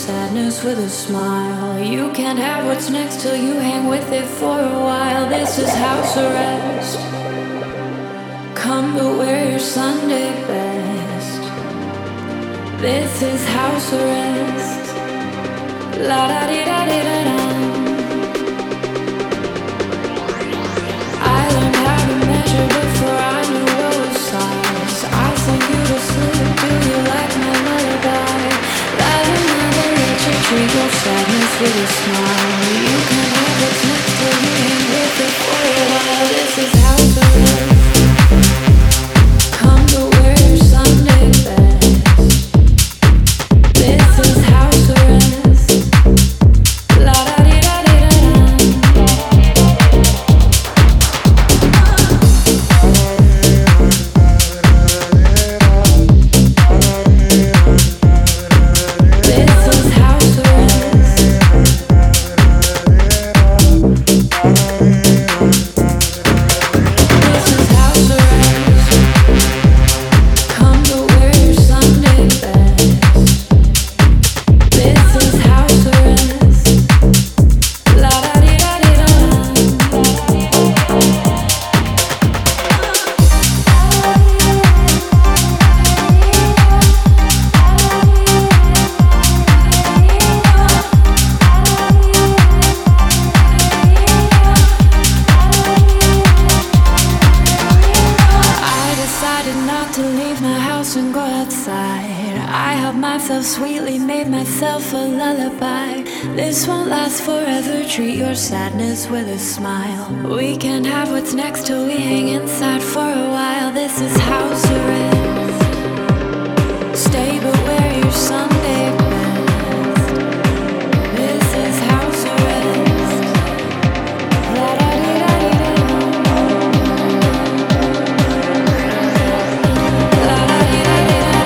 sadness with a smile. You can't have what's next till you hang with it for a while. This is house arrest. Come but wear your Sunday best. This is house arrest. La da di da di da da. I learned how to measure before I knew what was size. I sing you to sleep. Do you like my lullaby? Treat your sadness with a smile. You can have what's next till you hang with it for a while. This is house arrest. Come to wear your Sunday best. This is house arrest. La da di da di da sadness with a smile. We can have what's next till we hang inside for a while. This is house arrest. Stay but wear your Sunday best. This is house arrest. La da di da di da. La da di da di da.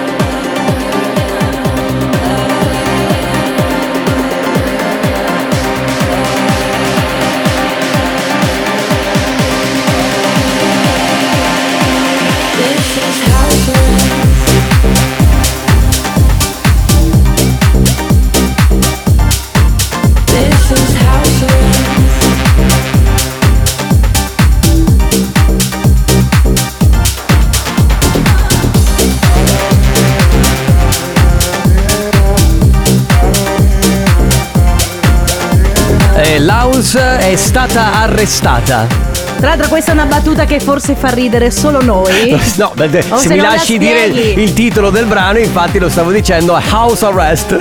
Laus è stata arrestata. Tra l'altro questa è una battuta che forse fa ridere solo noi. No, se mi lasci dire il titolo del brano, infatti lo stavo dicendo, è House Arrest.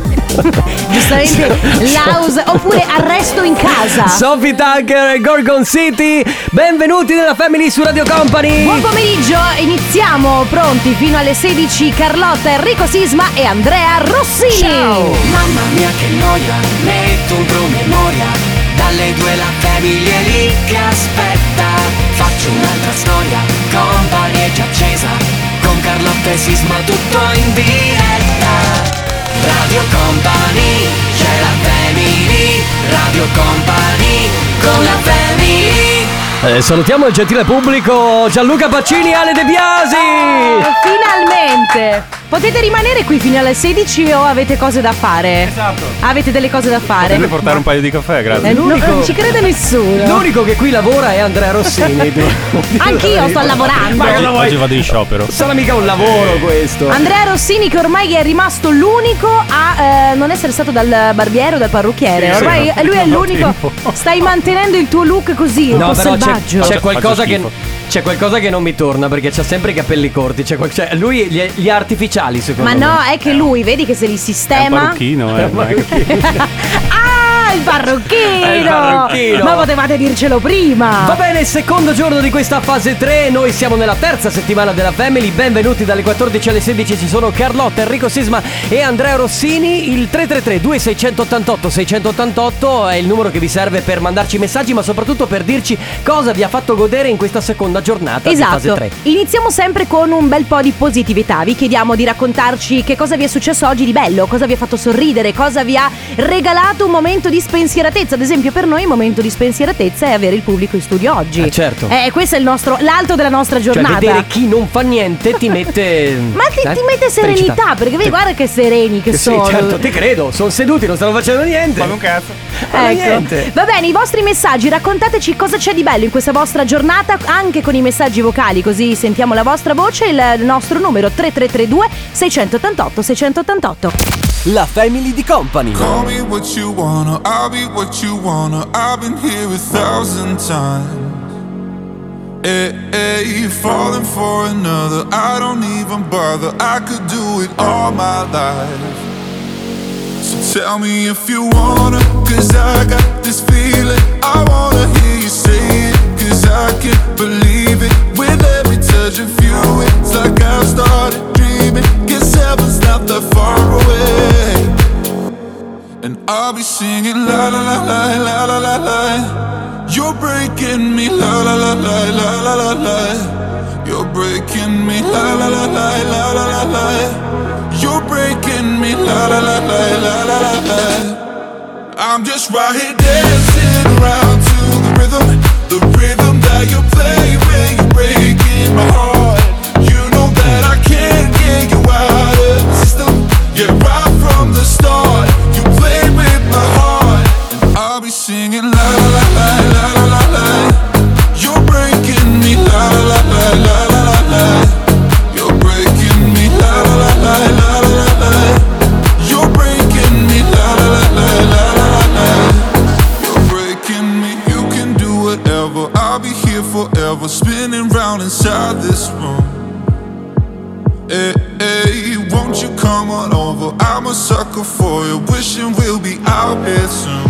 Giustamente Laus, oppure arresto in casa. Sophie Tucker e Gorgon City, benvenuti nella Family su Radio Company. Buon pomeriggio, iniziamo, pronti fino alle 16. Carlotta, Enrico Sisma e Andrea Rossini. Ciao. Mamma mia che noia, metto un promemoria. Dalle 2 la Family è lì che aspetta. Faccio un'altra storia, Company è già accesa. Con Carlotta e Sisma tutto in diretta. Radio Company, c'è la Family. Radio Company, con la Family. Salutiamo il gentile pubblico, Gianluca Pacini e Ale De Biasi. Finalmente. Potete rimanere qui fino alle 16 o avete cose da fare? Esatto. Avete delle cose da fare? Potete portare un paio di caffè, grazie. Non ci crede nessuno. L'unico che qui lavora è Andrea Rossini. Anch'io sto lavorando. Oggi vado in sciopero. Sarà mica un lavoro questo. Andrea Rossini che ormai è rimasto l'unico a non essere stato dal barbiere o dal parrucchiere. Sì, ormai sì, lui è no, l'unico. tempo. Stai mantenendo il tuo look così, un po' però selvaggio. c'è qualcosa Faccio che schifo. c'è qualcosa che non mi torna, perché c'ha sempre i capelli corti. Cioè, lui gli ha artificiali, secondo me. Ma no, è che lui, vedi che se li È un sistema. parrucchino, Il parrucchino! Il parrucchino! Ma potevate dircelo prima! Va bene, secondo giorno di questa fase 3. Noi siamo nella terza settimana della Family. Benvenuti dalle 14 alle 16. Ci sono Carlotta, Enrico Sisma e Andrea Rossini. Il 333-2688-688 è il numero che vi serve per mandarci messaggi, ma soprattutto per dirci cosa vi ha fatto godere in questa seconda giornata di fase 3. Iniziamo sempre con un bel po' di positività. Vi chiediamo di raccontarci che cosa vi è successo oggi di bello, cosa vi ha fatto sorridere, cosa vi ha regalato un momento di di spensieratezza. Ad esempio per noi il momento di spensieratezza è avere il pubblico in studio oggi. Certo. Questo è l'alto della nostra giornata. Cioè vedere chi non fa niente ti mette Ma ti mette serenità, perché vedi, guarda che sereni che sono. Sì, certo, ti credo, sono seduti, non stanno facendo niente. Ma un cazzo. Ecco. Va bene, i vostri messaggi, raccontateci cosa c'è di bello in questa vostra giornata, anche con i messaggi vocali, così sentiamo la vostra voce. Il nostro numero 3332 688 688. La Family di Company. Call me what you wanna, I'll be what you wanna. I've been here 1,000 times. Hey, falling for another, I don't even bother. I could do it all my life. So tell me if you wanna, cause I got this feeling. I wanna hear you say it, cause I can't believe it. With every touch of you, it's like I've started dreaming. Guess heaven's not that far away. And I'll be singing la la la la la la la la. You're breaking me la la la la la la la la. You're breaking me la la la la la la la la. You're breaking me la la la la la la la la. I'm just right here dancing around to the rhythm that you play when you're breaking my heart. You know that I can't get you out of the system. Yeah, right from the start, you played with my heart. And I'll be singing la la la la la la la la. You're breaking me la la la la la la la. You're breaking me la la la la la la la. You're breaking me la la la la la la la. You're breaking me. You can do whatever. I'll be here forever, spinning round inside this room. Hey, won't you come on over? I'm a sucker for you, wishing we'll be out here soon.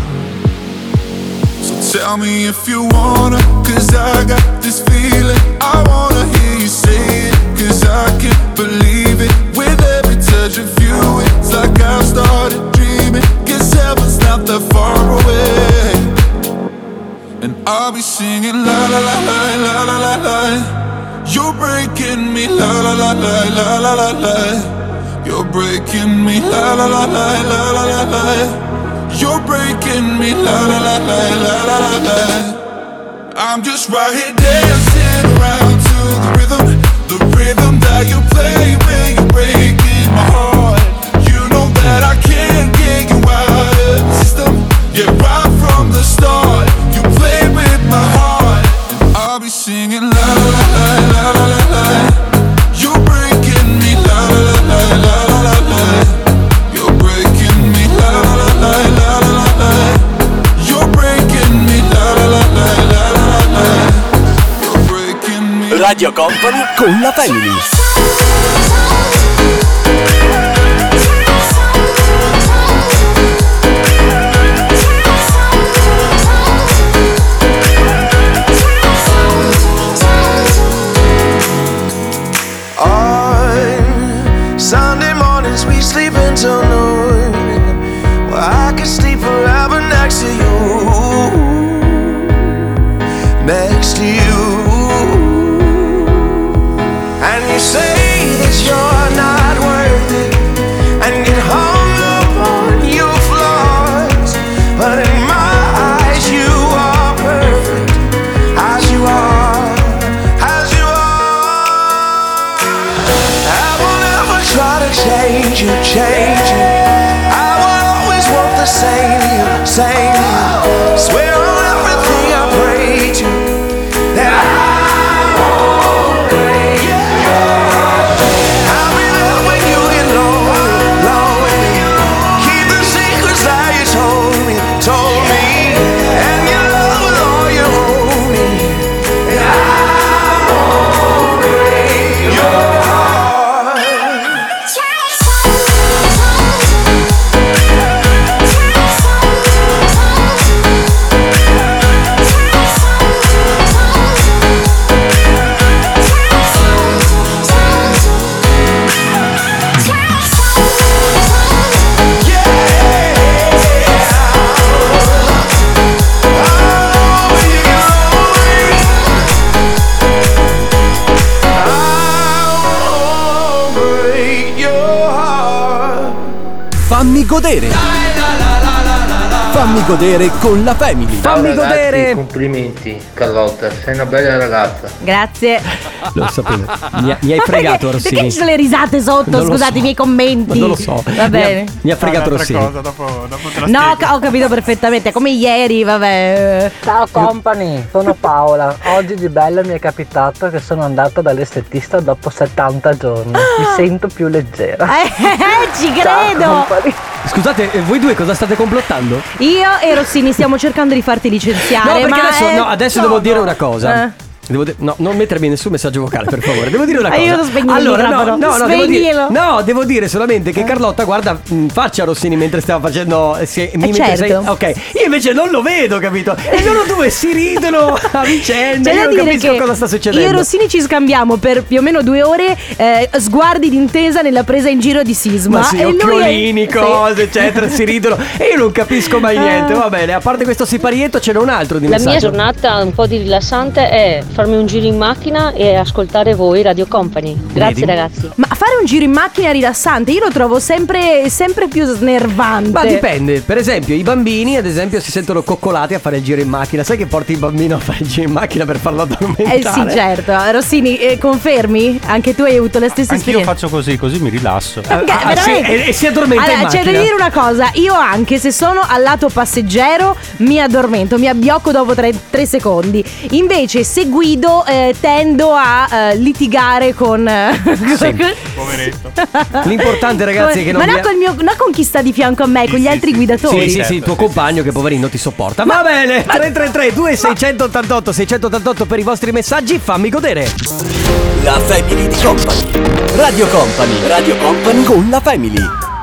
So tell me if you wanna, cause I got this feeling. I wanna hear you say it, cause I can't believe it. With every touch of you, it's like I've started dreaming. Guess heaven's not that far away. And I'll be singing la la la la la la la la. You're breaking me la la la la la la la la. You're breaking me la la la la la la la la. You're breaking me la la la la la la la la. I'm just right here dancing around to the rhythm that you play when you're breaking my heart. You know that I can't get you out of the system. Yeah, right from the start, you played with my heart. And I'll be singing la la la la la la la. You're breaking me la la la la la la la. You're breaking me la la la la la la la. You're breaking me la la la la la la la. You're breaking me. Radio Company con la Family. Sunday mornings we sleep until noon. Well, I could sleep forever next to you, next to you. And you say that you're not worth it, and get hung up on your flaws. But in my eyes you are perfect, as you are, as you are. I will never try to change you, change you. I will always want the same, same. Swear on everything I pray to, that I won't break your heart. I'll be there when you get lonely, lonely. Keep the secrets that you told me, and your love with all you hold me. And I won't break your heart. Fammi godere. Fammi godere con la Family. Fammi godere. Complimenti Carlotta, sei una bella ragazza. Grazie. Lo sapevo. Mi hai fregato, Rossini. Perché ci sono le risate sotto? Non lo Scusate, so. i miei commenti. Non lo so. Va bene. Mi ha fregato Rossini. Cosa, dopo te la No, spiego. ho capito perfettamente. Come ieri, vabbè. Ciao company, sono Paola. Oggi di bello mi è capitato che sono andata dall'estetista dopo 70 giorni. Mi sento più leggera. Ci Ciao, credo. company. Scusate, voi due cosa state complottando? Io e Rossini stiamo cercando di farti licenziare. No, perché ma adesso devo dire una cosa. No, non mettermi nessun messaggio vocale, per favore. Devo dire una cosa. Aiuto, spegni il allora, microfono. devo dire solamente che Carlotta guarda faccia Rossini mentre stiamo facendo certo. ok. Io invece non lo vedo, capito? E loro due si ridono a vicenda. C'è Io da non dire capisco che cosa sta succedendo. io e Rossini ci scambiamo per più o meno 2 ore sguardi d'intesa nella presa in giro di Sisma. Ma sì, E lui occhiolini, sì. cose, eccetera, si ridono. E io non capisco mai niente. Va bene, a parte questo siparietto ce n'è un altro di La messaggio. mia giornata un po' di rilassante è farmi un giro in macchina e ascoltare voi Radio Company. Grazie Vedi? ragazzi. Ma fare un giro in macchina rilassante io lo trovo sempre più snervante. Ma dipende, per esempio i bambini ad esempio si sentono coccolati a fare il giro in macchina. Sai che porti il bambino a fare il giro in macchina per farlo addormentare? Sì, certo. Rossini, confermi? Anche tu hai avuto la stessa Anch'io esperienza? faccio così mi rilasso. Sì, veramente? e si addormenta in Allora, c'è macchina. da dire una cosa. Io anche se sono al lato passeggero mi addormento, mi abbiocco dopo 3 secondi. Invece se guido tendo a litigare con Poveretto. L'importante ragazzi è che non ma non con chi sta di fianco a me, con gli altri guidatori. Sì, il tuo compagno che poverino ti sopporta. Va bene, 333 2688 688 per i vostri messaggi, fammi godere. La Family di Company. Radio Company con la Family.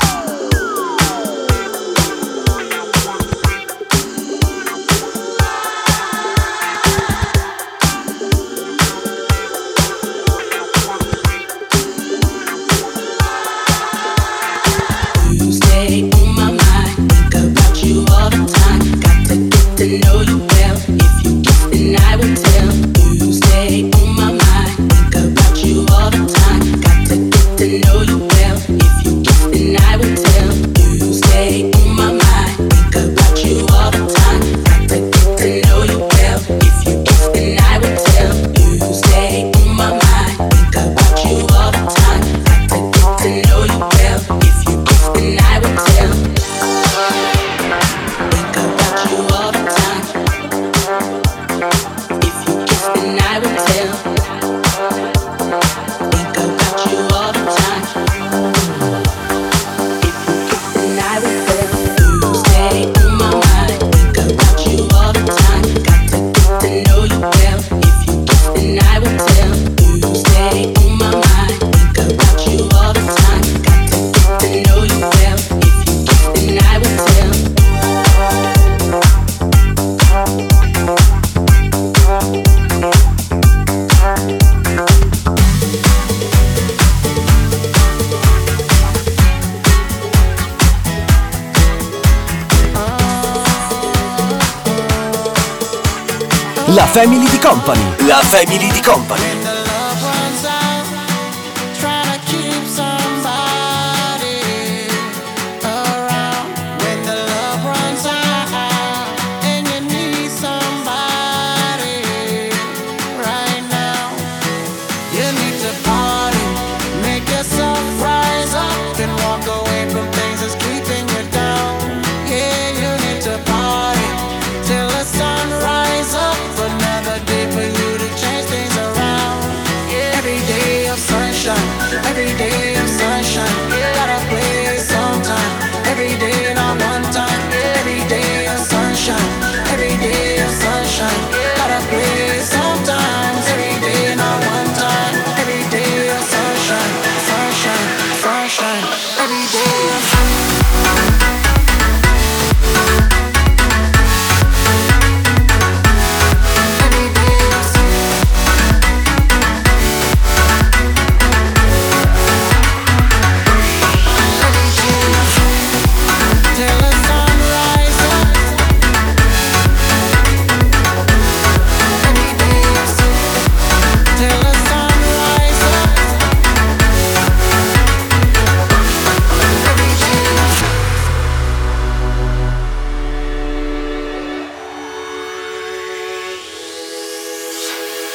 La Family di Company. La Family di Company.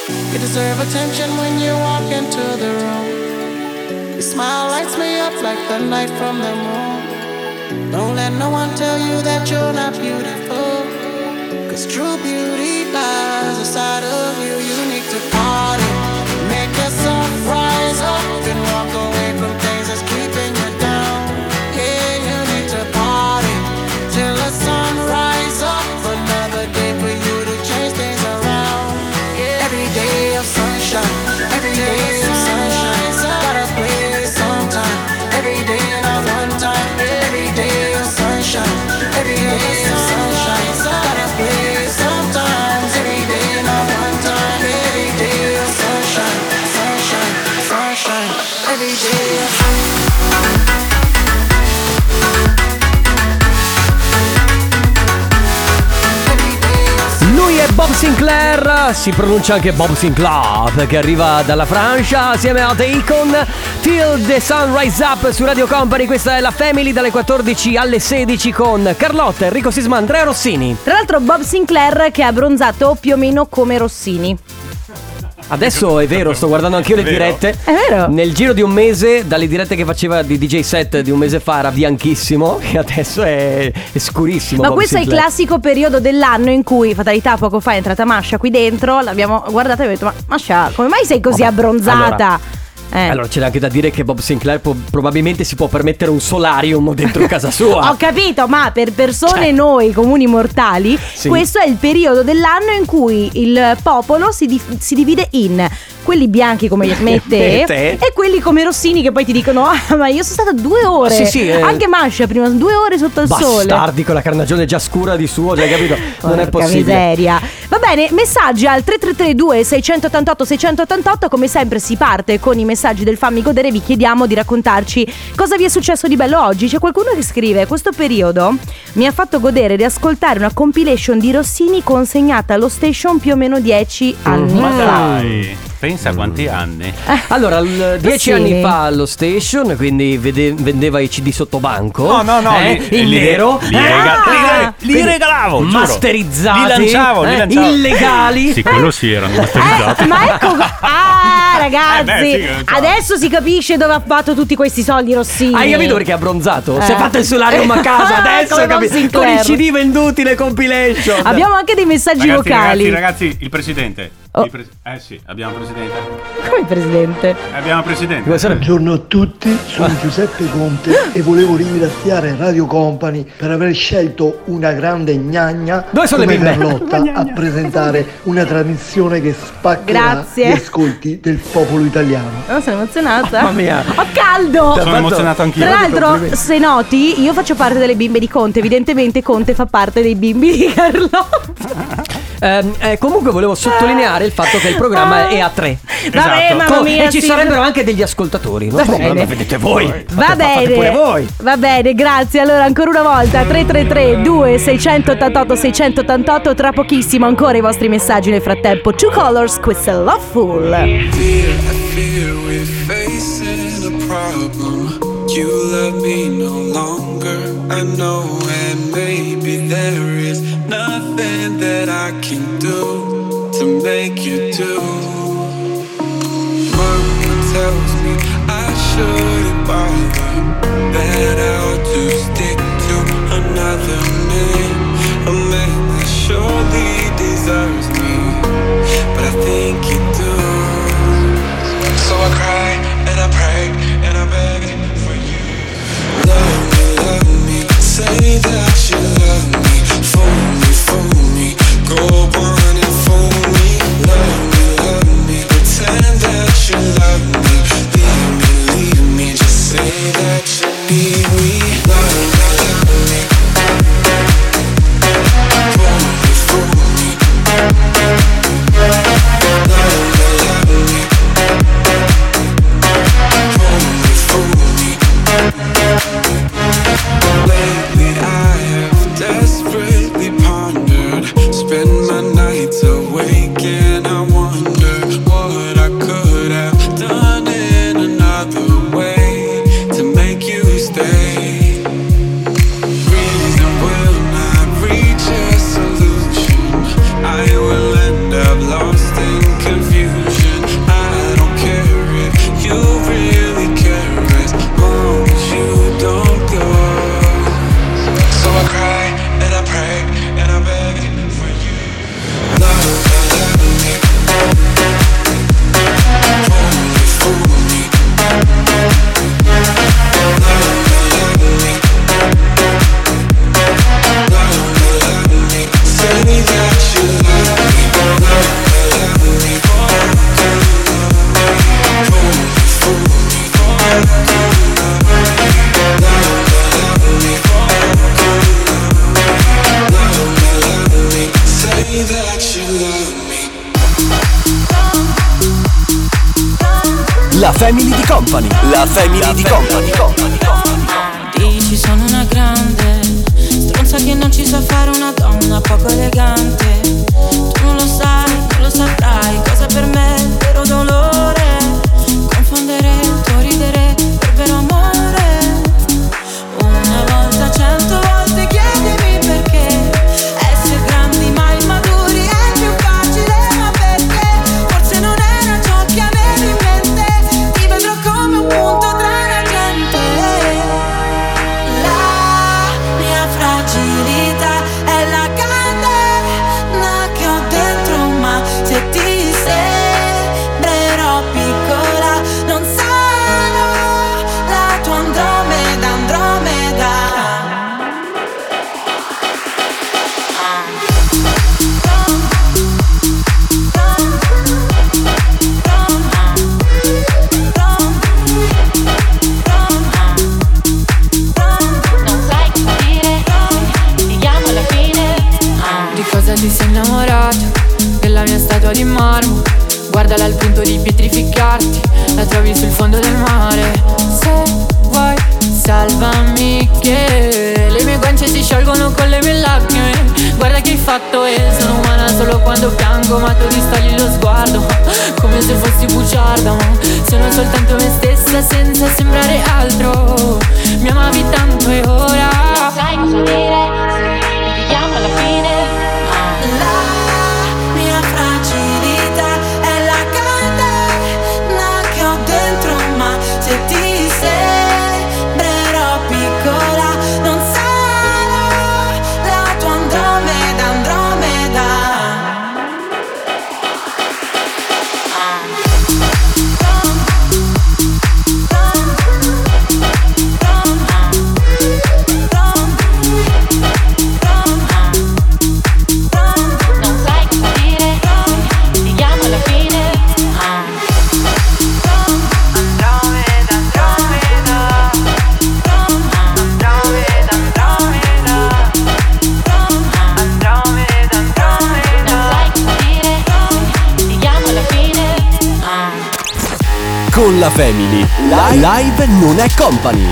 You deserve attention when you walk into the room. Your smile lights me up like the light from the moon. Don't let no one tell you that you're not beautiful, 'cause true beauty lies inside of you. You need to party, make yourself rise up and walk away from things that's keeping you down. Yeah, you need to party till the sun rise up. Another day for you to change things around. Yeah. Every day of sunshine, every day of sunshine, gotta play sometime. Every day not one time. Every day of sunshine, every day of sunshine, gotta play sometimes. Every day not one time. Every day of sunshine, sunshine, sunshine. Every day of Lui è Bob Sinclair, si pronuncia anche Bob Sinclair perché arriva dalla Francia assieme a The Icon. Till the Sun Rise Up su Radio Company. Questa è la Family dalle 14 alle 16 con Carlotta, Enrico Sisma, Andrea Rossini. Tra l'altro Bob Sinclair che ha abbronzato più o meno come Rossini. Adesso è vero, sto guardando anch'io le dirette. È vero. Nel giro di un mese, dalle dirette che faceva di DJ set di un mese fa, era bianchissimo e adesso è scurissimo. Ma Bob questo Sinclair. è il classico periodo dell'anno in cui, fatalità, poco fa è entrata Masha qui dentro. L'abbiamo guardata e abbiamo detto: ma Masha, come mai sei così abbronzata? Allora c'è anche da dire che Bob Sinclair probabilmente si può permettere un solarium dentro casa sua. Ho capito, ma per persone noi comuni mortali, Sì. questo è il periodo dell'anno in cui il popolo si divide in quelli bianchi come me e te e quelli come Rossini che poi ti dicono: ah, ma io sono stata 2 ore. Sì, anche Masha prima 2 ore sotto il sole. Bastardi con la carnagione già scura di suo, hai capito? Non è Porca possibile. miseria. Va bene, messaggi al 3332 688 688. Come sempre si parte con i messaggi del Fammi Godere. Vi chiediamo di raccontarci cosa vi è successo di bello oggi. C'è qualcuno che scrive: questo periodo mi ha fatto godere di ascoltare una compilation di Rossini consegnata allo station più o meno 10 anni Ma fa. dai, pensa a quanti anni. Allora, 10 Sì. anni fa allo station, quindi vendeva i CD sotto banco. No, il nero. li regalavo, giuro. Masterizzati. Li lanciavo. Illegali. Sì, quello sì, erano masterizzati. Ma ecco, ragazzi, sì, adesso si capisce dove ha fatto tutti questi soldi Rossini. Hai capito perché è abbronzato? Si è fatto il solarium a casa adesso, Come Bob capito? Con Sinclair. i CD venduti, le compilation. Abbiamo anche dei messaggi vocali. Ragazzi, il presidente. Oh. Sì, abbiamo presidente. Come il presidente? Abbiamo presidente. Buongiorno a tutti, sono Giuseppe Conte e volevo ringraziare Radio Company per aver scelto una grande gnagna Dove sono le come bimbe? Carlotta a presentare una trasmissione che spaccherà Grazie. gli ascolti del popolo italiano. Oh, sono emozionata. Mamma mia. Ho caldo. Sono emozionato anch'io. Tra l'altro, se noti, io faccio parte delle bimbe di Conte. Evidentemente Conte fa parte dei bimbi di Carlotta. Comunque volevo sottolineare il fatto che il programma è a 3. Vabbè, mamma mia, e ci sì. sarebbero anche degli ascoltatori. Va bene. Vedete voi. Va Fate pure voi. bene, va bene, grazie. Allora ancora una volta 333 2688 688. Tra pochissimo ancora i vostri messaggi. Nel frattempo Two Colors, questo è Loveful. I fear we're facing a problem. You love me no longer, I know, and maybe there is nothing that I can do to make you do. Mama tells me I shouldn't bother, that I ought to stick to another man, a man that surely deserves me, but I think you do. So I cry and I pray and I beg for you. Love me, say that you love me. Fool me, go on and fool me. Love me, pretend that you love me. La family di Company. La family di Company. Dici sono una grande stronza che non ci sa fare una donna poco elegante. Tu non lo sai, non lo saprai cosa per me è il vero dolore. Confondere il tuo ridere per vero amore. Una volta, 100 volte chiedimi perché essere grandi ma immaturi è più facile. Ma perché forse non era ciò che avevi in mente. Ti vedrò come un punto tra la gente. La mia fragilità è la catena che ho dentro, ma se ti sembrerò piccola non sarò la tua Andromeda, Andromeda. Non sai cosa dire, ti chiamo alla fine. Di cosa ti sei innamorato? Della mia statua di marmo. Guardala al punto di pietrificarti. La trovi sul fondo del mare. Se vuoi salvami che le mie guance si sciolgono con le mie lacrime. Guarda che hai fatto e sono umana solo quando piango. Ma tu distogli lo sguardo come se fossi bugiarda. Ma sono soltanto me stessa senza sembrare altro. Mi amavi tanto e ora Non sai cosa dire, ti chiamo alla fine. la mia fragilità è la catena che ho dentro, ma se ti sembrerò piccola non sarò la tua Andromeda, Andromeda. Non sai cosa dire, ti chiamo alla fine. Andromeda, Andromeda. Andromeda, Andromeda. Andromeda, Andromeda. Non sai cosa dire, ti chiamo alla fine. Con la family. Live non è company.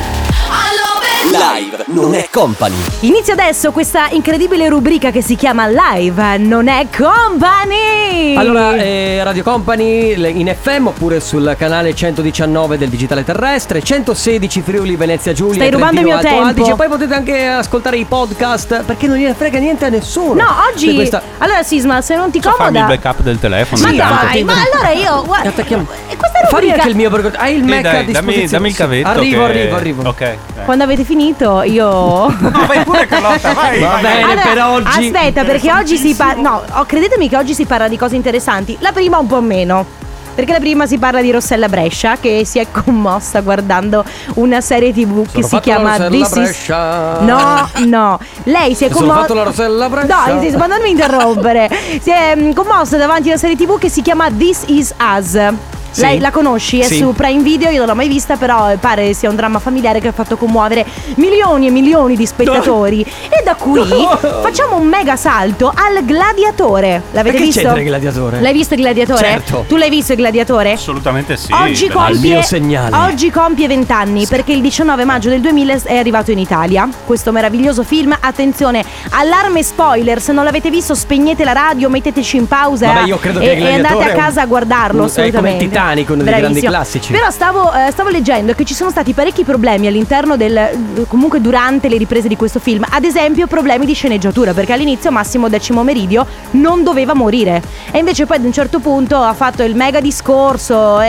Live non è company. Inizia adesso questa incredibile rubrica che si chiama Live non è company. Allora, Radio Company in FM oppure sul canale 119 del digitale terrestre, 116 Friuli Venezia Giulia. Stai rubando il mio Trentino, Alto tempo. Adige. Poi potete anche ascoltare i podcast perché non gliene frega niente a nessuno. No, oggi Questa... allora Sisma, se non ti Posso farmi il comoda. backup del telefono? Ma ogni tanto? dai, ma allora io guarda, questa Fammi rubrica anche il mio perché hai il Sì, Mac dai, a disposizione. dammi il cavetto. Arrivo. Ok. quando avete finito io Vai pure Carlotta, vai. Va bene, Allora, per oggi. aspetta, perché oggi si parla. No, credetemi che oggi si parla di cose interessanti. La prima un po' meno. Perché la prima si parla di Rossella Brescia, che si è commossa guardando una serie TV che si chiama la This Is. Brescia. No, lei si è Sono commossa. fatto la Rossella Brescia. No, ma non mi interrompere. Si è commossa davanti a una serie TV che si chiama This Is Us. Sì. Lei la conosci? È Sì. su Prime Video, io non l'ho mai vista, però pare sia un dramma familiare che ha fatto commuovere milioni e milioni di spettatori. E da qui facciamo un mega salto al Gladiatore. L'avete Perché visto? c'entra il Gladiatore? L'hai visto il Gladiatore? Certo. Tu l'hai visto il Gladiatore? Assolutamente sì. Oggi bellissimo. Al mio segnale. Oggi compie 20 anni perché il 19 maggio del 2000 è arrivato in Italia questo meraviglioso film. Attenzione, allarme spoiler, se non l'avete visto spegnete la radio, metteteci in pausa. Vabbè, io credo che il e andate Gladiatore a è un- casa a guardarlo, è assolutamente. come il Titanic, uno dei grandi Bravissimo. classici. Però stavo leggendo che ci sono stati parecchi problemi all'interno comunque durante le riprese di questo film. Ad esempio problemi di sceneggiatura, perché all'inizio Massimo Decimo Meridio non doveva morire e invece poi ad un certo punto ha fatto il mega discorso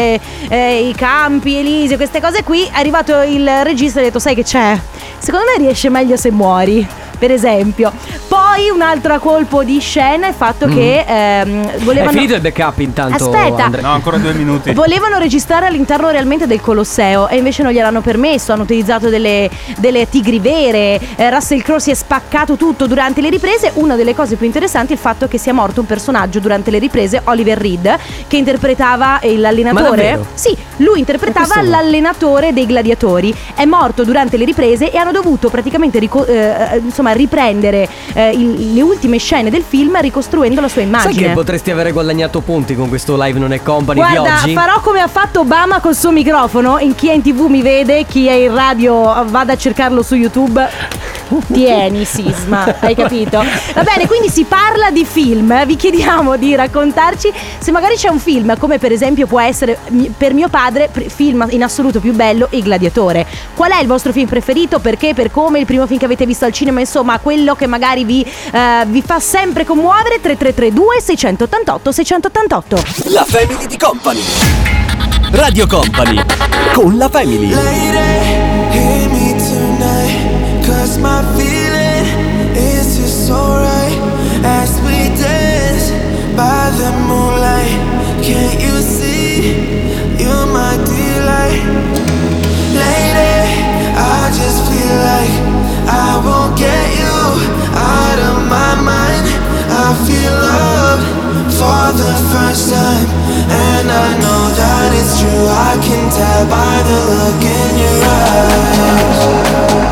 i campi Elise, queste cose qui. È arrivato il regista e ha detto: sai che c'è? Secondo me riesce meglio se muori, per esempio. Poi un altro colpo di scena è il fatto che volevano... È finito il backup intanto. Aspetta. Andre. No, ancora 2 minuti. Volevano registrare all'interno realmente del Colosseo e invece non gliel'hanno permesso. Hanno utilizzato delle tigri vere. Russell Crowe si è spaccato tutto durante le riprese. Una delle cose più interessanti è il fatto che sia morto un personaggio durante le riprese, Oliver Reed, che interpretava l'allenatore. Ma davvero? Sì, lui interpretava Ma questo no. l'allenatore dei gladiatori. È morto durante le riprese e hanno dovuto praticamente riprendere le ultime scene del film ricostruendo la sua immagine. Sai che potresti avere guadagnato punti con questo Live Non È Company di Guarda, oggi? farò come ha fatto Obama col suo microfono. Chi è in TV mi vede, chi è in radio vada a cercarlo su YouTube. Tieni Sisma, hai capito? Va bene, quindi si parla di film. Vi chiediamo di raccontarci se magari c'è un film, come per esempio può essere per mio padre, film in assoluto più bello, Il Gladiatore. Qual è il vostro film preferito? Perché? Per come? Il primo film che avete visto al cinema? Insomma, quello che magari vi fa sempre commuovere. 3332 688 688. La Family di Company. Radio Company con la Family. Hear me tonight, 'cause my feeling is just alright. As we dance by the moonlight, can't you see you're my delight? Lady, I just feel like I won't get you out of my mind. I feel love for the first time, and I know that it's true. I can tell by the look in your eyes.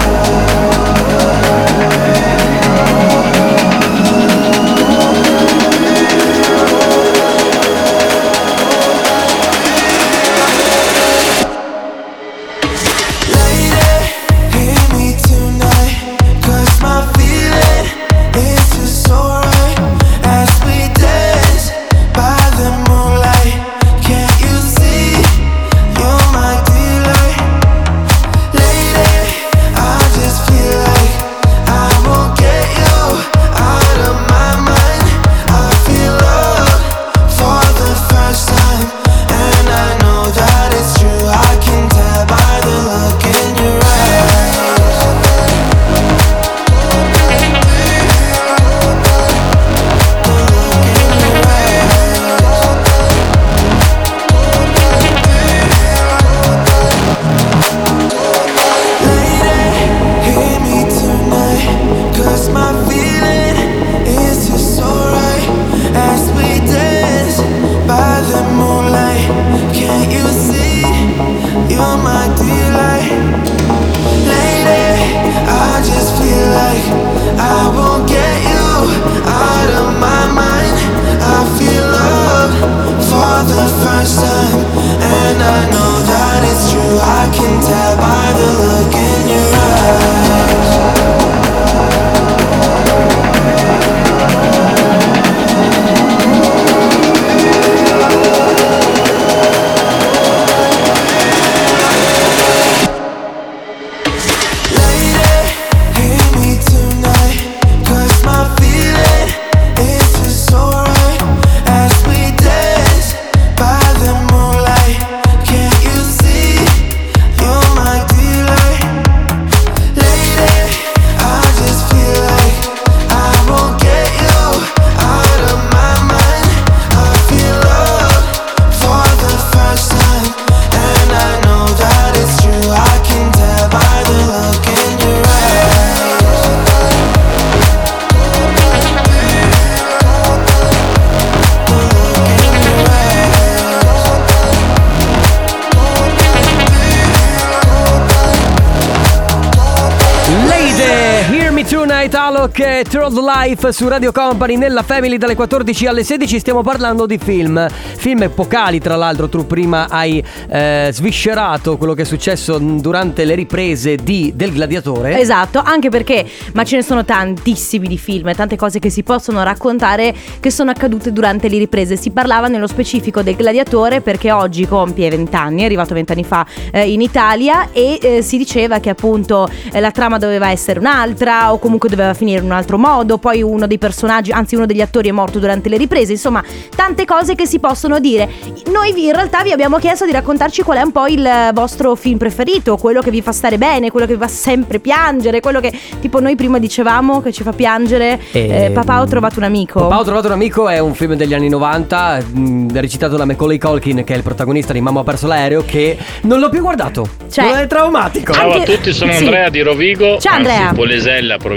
Che Through Life su Radio Company nella Family dalle 14 alle 16. Stiamo parlando di film epocali, tra l'altro. Tu prima hai sviscerato quello che è successo durante le riprese del Gladiatore. Esatto, anche perché ma ce ne sono tantissimi di film, tante cose che si possono raccontare che sono accadute durante le riprese. Si parlava nello specifico del Gladiatore perché oggi compie 20 anni, è arrivato 20 anni fa in Italia, e si diceva che appunto la trama doveva essere un'altra, o comunque doveva finire in un altro modo. Poi uno dei personaggi, anzi uno degli attori, è morto durante le riprese. Insomma, tante cose che si possono dire. Noi in realtà vi abbiamo chiesto di raccontarci qual è un po' il vostro film preferito, quello che vi fa stare bene, quello che vi fa sempre piangere, quello che tipo noi prima dicevamo che ci fa piangere. Papà ho trovato un amico. Papà ho trovato un amico è un film degli anni 90, recitato da Macaulay Culkin, che è il protagonista di Mamma ho perso l'aereo, che non l'ho più guardato. Non è traumatico. Ciao a tutti, sono Andrea di Rovigo. Ciao Andrea. Polesella, provincia di Rovigo.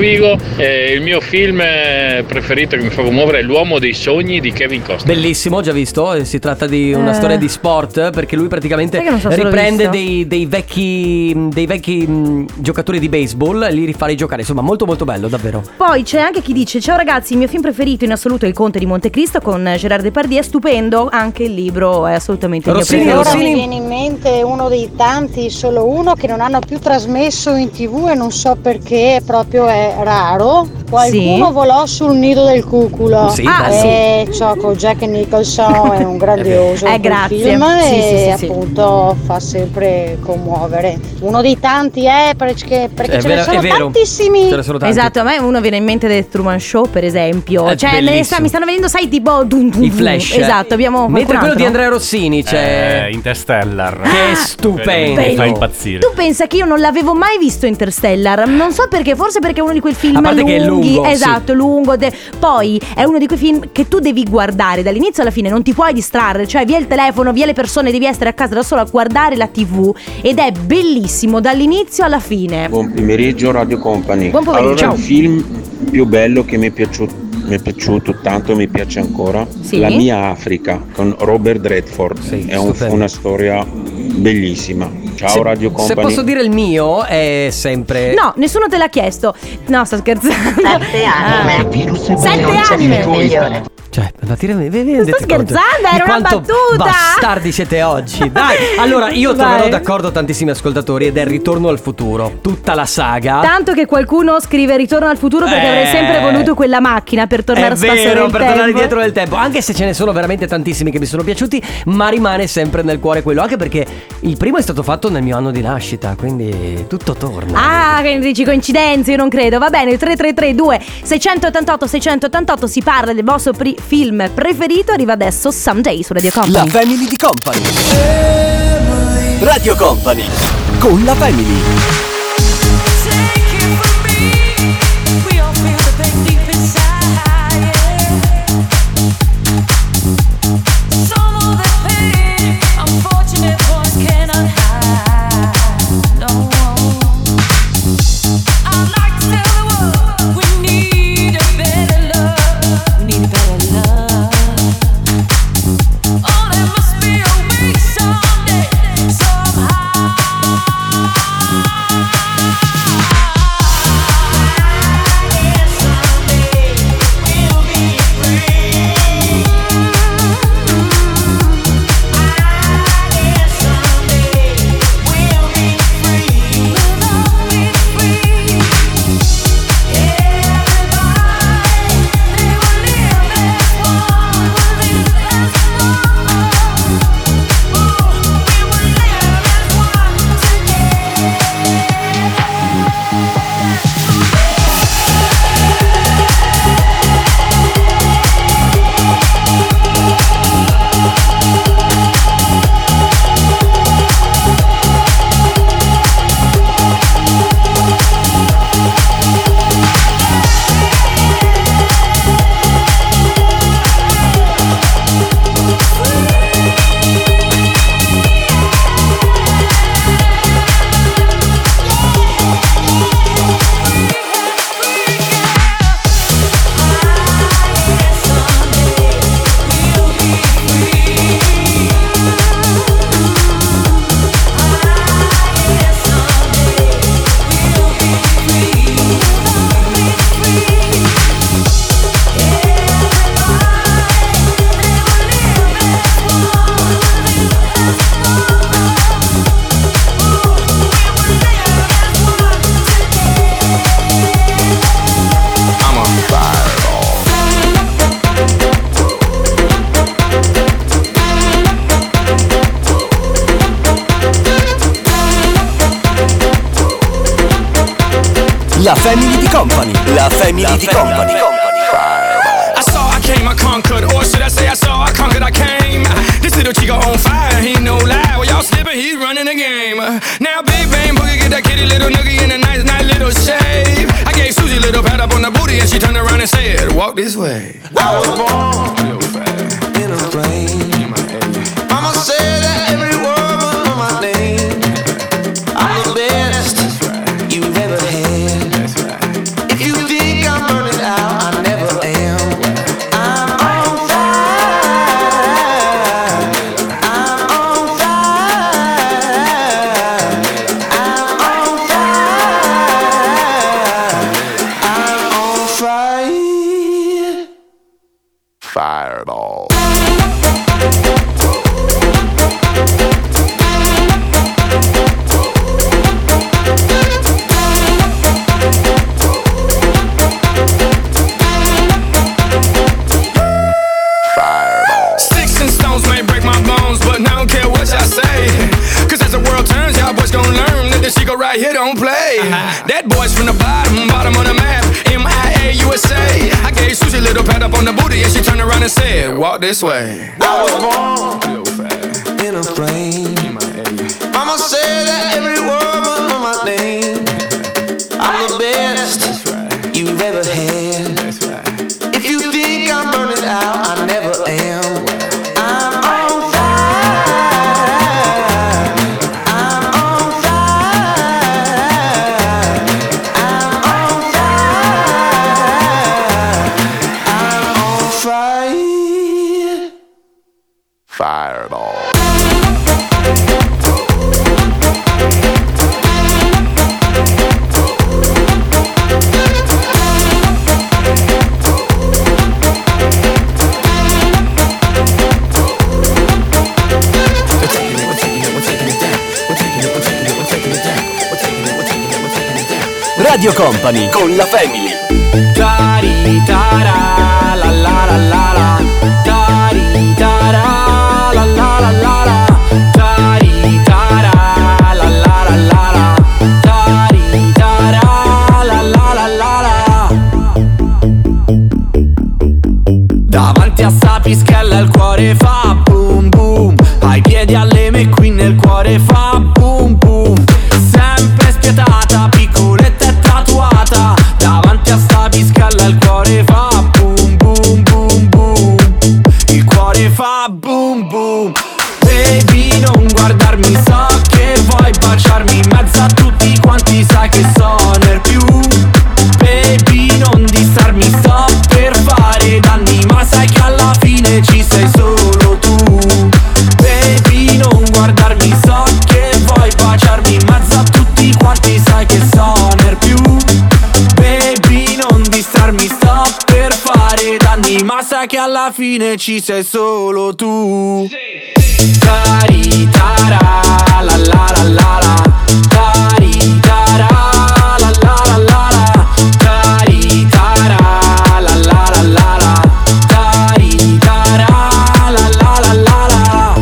Rovigo. Il mio film preferito che mi fa commuovere è L'uomo dei sogni di Kevin Costner. Bellissimo, ho già visto. Si tratta di una storia di sport, perché lui praticamente Sai che non so se l'ho riprende visto. dei vecchi giocatori di baseball, li rifà rigiocare. Insomma, molto molto bello, davvero. Poi c'è anche chi dice: ciao ragazzi, il mio film preferito in assoluto è Il Conte di Montecristo con Gerard Depardieu, è stupendo, anche il libro è assolutamente il mio preferito. Ora mi viene in mente uno dei tanti, solo uno, che non hanno più trasmesso in TV e non so perché, proprio è raro. Qualcuno volò sul nido del cuculo. Sì, Con Jack Nicholson è un grandioso grazie. film Sì, e sì. appunto fa sempre commuovere. Uno dei tanti perché ce ne sono vero. tantissimi. Ce ne sono tanti. Esatto, a me uno viene in mente The Truman Show, per esempio. Cioè, bellissimo. mi stanno venendo, sai, tipo I flash. Esatto, abbiamo Mentre qualcun quello di altro? Andrea Rossini c'è Interstellar. Che stupendo. Mi fa impazzire. Tu pensa che io non l'avevo mai visto Interstellar? Non so perché, forse perché è uno di quei film A parte lunghi. che è lungo, esatto, sì. lungo. Poi è uno di quei film che tu devi guardare dall'inizio alla fine, non ti puoi distrarre. Cioè, via il telefono, via le persone, devi essere a casa da solo a guardare la TV. Ed è bellissimo dall'inizio alla fine. Buon pomeriggio Radio Company. Buon pomeriggio. Allora, Ciao. il film più bello che mi è piaciuto tanto, mi piace ancora, Sì? La mia Africa con Robert Redford. È stupendo. una storia bellissima. Ciao Radio Se Company. posso dire il mio è sempre No, nessuno te l'ha chiesto. No, sto scherzando. 7 anime. 7 anime. Cioè, ma sto scherzando, era una battuta. Bastardi siete oggi. Dai, allora io Vai. troverò d'accordo tantissimi ascoltatori ed è Ritorno al futuro. Tutta la saga. Tanto che qualcuno scrive Ritorno al futuro perché avrei sempre voluto quella macchina per tornare È a spassare vero, il per tempo. tornare dietro nel tempo. Anche se ce ne sono veramente tantissimi che mi sono piaciuti, ma rimane sempre nel cuore quello. Anche perché il primo è stato fatto nel mio anno di nascita, quindi tutto torna. Ah, che dici coincidenze, io non credo. Va bene, 3332 688 688 si parla del vostro film preferito. Arriva adesso Someday su Radio Company. La Family di Company. Radio Company con la Family. La Family di Company. La Family di Company. I saw, I came, I conquered, or should I say I saw, I conquered, I came. This little chico on fire, he no lie. Well, y'all slipping, he's running the game. Now Big Bang Boogie get that kitty little noogie in a nice, nice little shave. I gave Susie a little pat up on the booty and she turned around and said, walk this way. I was born in a plane. Mama said that every word was my name. I'm the best you've ever had. If you Sticks and stones may break my bones, but I don't care what y'all say. Cause as the world turns, y'all boys gon' learn that this shit go right here don't play. That boy's from the bottom of the map, MIA USA. I gave Susie a little pat up on the booty and she turned around and said, walk this way. I was born in a flame. Mama said that every word was my name. I'm the best you've ever had. If you think I'm burning out, I never am. I'm on fire. I'm on fire. I'm on fire. I'm on fire. Fireball. Radio Company con la Family. Tari tara la la la la la. Tari tara la la la la la. Tari tara la la la la la. Tari tara la la la la la. Davanti a sta pischella il cuore fa boom boom. Ai piedi alle McQueen il cuore fa boom boom. Sempre spietata, piccoletta e tatuata. Davanti a sta pischella il cuore fa boom boom boom boom. Il cuore fa boom boom. Baby non guardarmi, so che vuoi baciarmi in mezzo a tutti quanti, sai che sono il più. Baby non distarmi, sto per fare danni, ma sai che alla fine ci sei solo tu. Baby non guardarmi, so che vuoi baciarmi in mezzo a tutti quanti, sai che sono il più. Baby non distarmi, sto per fare danni, ma sai che alla fine ci sei solo tu. Tari tara la la la la la. Tari tara la la la la la. Tari tara la la la la la. Tari tara la la la la la.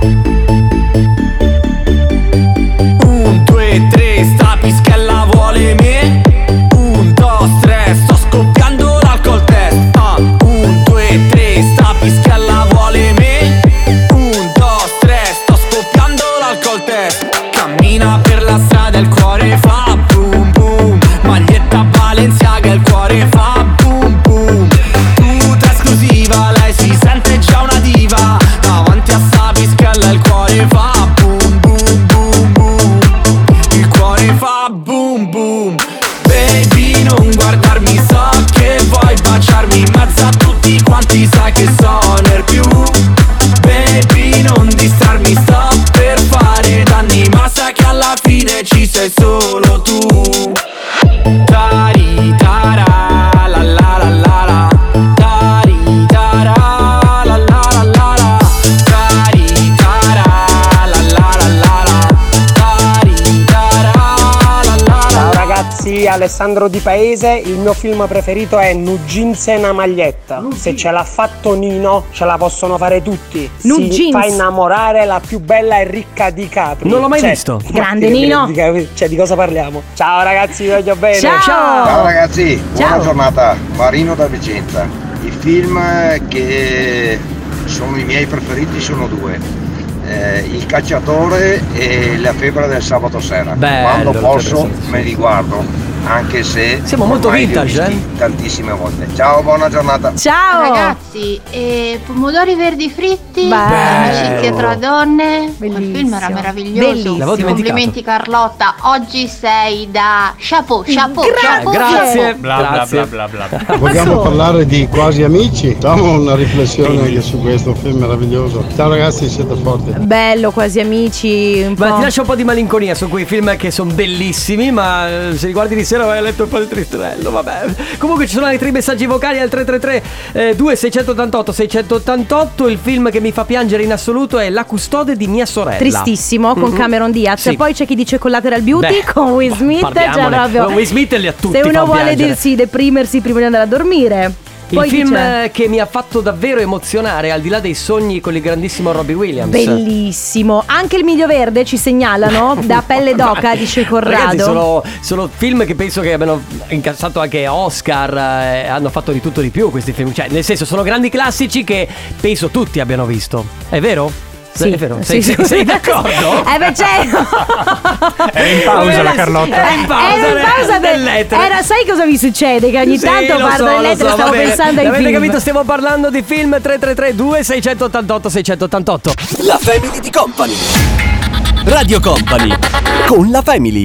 1, 2, 3, sta pischella vuole me. 1, 2, 3, sto scoppiando l'alcol test. 1, 2, 3, sta pischella vuole me. 1, 2, 3, sto scoppiando l'alcol test. Cammina per la strada, il cuore fa boom boom. Maglietta Balenciaga, il cuore fa boom boom. Tutta esclusiva, lei si sente già una diva. Davanti a sta pischella il cuore fa boom boom boom boom. Il cuore fa boom boom. Baby non guardarmi, so che vuoi baciarmi in mezzo a tutti quanti, sai che sono il più. Baby non distarmi, sto per fare danni, ma sai che alla fine ci sei solo tu. Tari tara la la la la la. Tari tara la la la la la. Tari tara la la la la la. Tari tara la la la. Ciao ragazzi, Alessandro Di Paese. Il mio film preferito è Nu Jeans e una maglietta. Se ce l'ha fatto Nino, ce la possono fare tutti. Nu si Jeans. fa innamorare la più bella e ricca di Capri. Non l'ho mai visto. Grande Nino. Di cosa parliamo? Ciao ragazzi, vi voglio bene. Ciao ragazzi, buona Ciao. giornata. Marino da Vicenza. I film che sono i miei preferiti sono due. Il cacciatore e La febbre del sabato sera. Bello, Quando La posso febbre del sabato me li guardo, anche se siamo molto ormai li ho vintage, visti tantissime volte. Ciao, buona giornata. Ciao ragazzi, pomodori verdi fritti, Bello. amicizia tra donne. Quel film era meraviglioso. Bellissimo. L'avevo dimenticato. Complimenti Carlotta, oggi sei da chapeau, chapeau, chapeau. Grazie. Bla bla Grazie. bla bla bla. Vogliamo parlare di Quasi Amici? Facciamo una riflessione anche su questo film meraviglioso. Ciao ragazzi, siete forti. Bello, Quasi Amici. Un Ma po'. ti lascia un po' di malinconia su quei film che sono bellissimi, ma se li guardi di sera vai a letto un po' di tristello. Vabbè. Comunque ci sono altri messaggi vocali al 333 2688 688. Il film che mi fa piangere in assoluto è La custode di mia sorella. Tristissimo, con Cameron Diaz. Sì. Poi c'è chi dice Collateral Beauty con Will Smith. Cioè proprio, Will Smith li ha tutti. se uno vuole piangere. dirsi deprimersi prima di andare a dormire. Poi il film dice, che mi ha fatto davvero emozionare, al di là dei sogni, con il grandissimo Robbie Williams. bellissimo. Anche il Miglio Verde ci segnalano, da pelle d'oca, dice Corrado. Ragazzi, sono film che penso che abbiano incassato anche Oscar, hanno fatto di tutto di più questi film. Cioè, nel senso, sono grandi classici che penso tutti abbiano visto. È vero? Sì, è vero? sì, Sei d'accordo? Beh, certo. Era in pausa la Carlotta. Era in pausa dell'etere. sai cosa mi succede? Che ogni tanto guardo l'etere e stavo pensando ai Avete film. capito? Stiamo parlando di film. 333 2688 688. La Family di Company. Radio Company con la Family.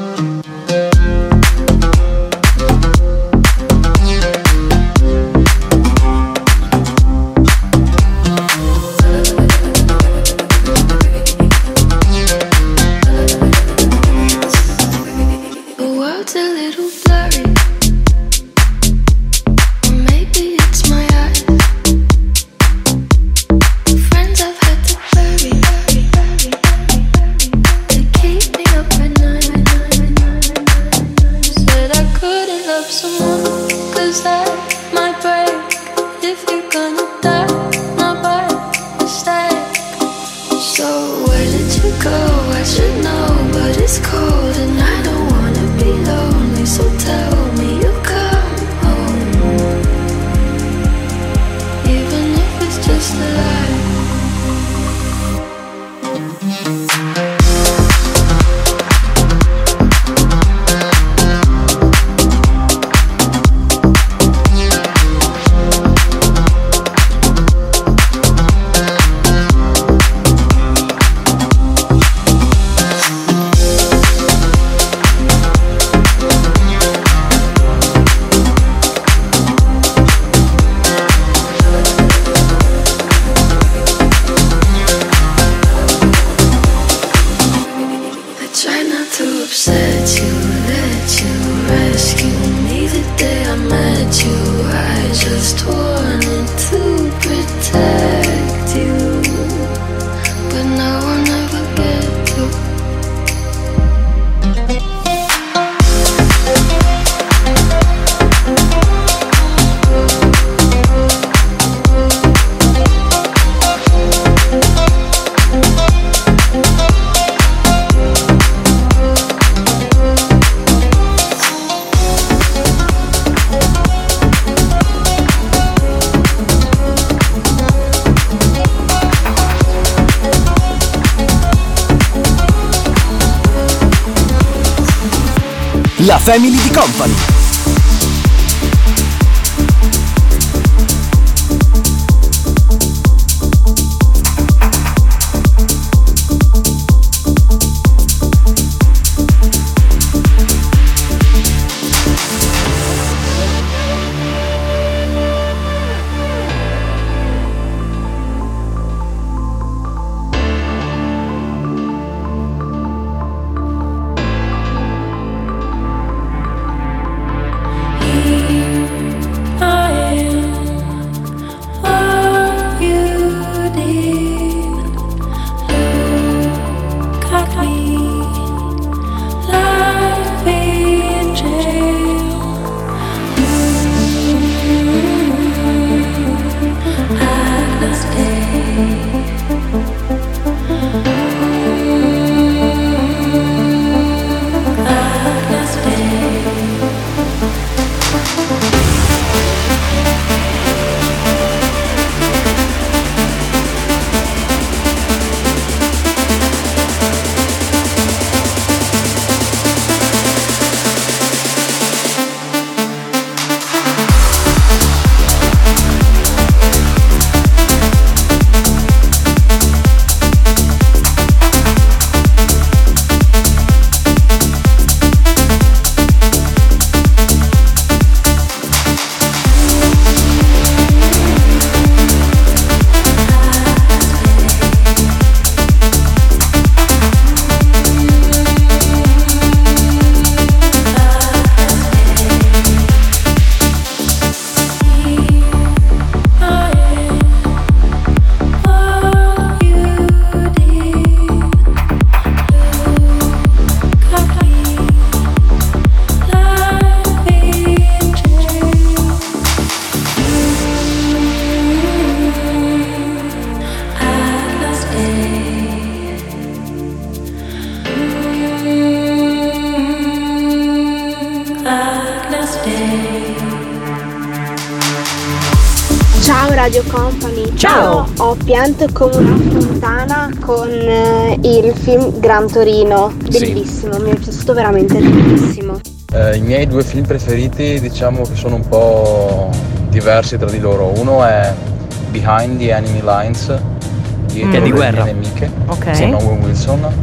La Family di Company. Radio Company. Ciao. Ho pianto come una fontana con il film Gran Torino. Bellissimo, mi è piaciuto veramente tantissimo. I miei due film preferiti diciamo che sono un po' diversi tra di loro. Uno è Behind the Enemy Lines, che è di guerra. Nemiche, Ok. con Owen Wilson.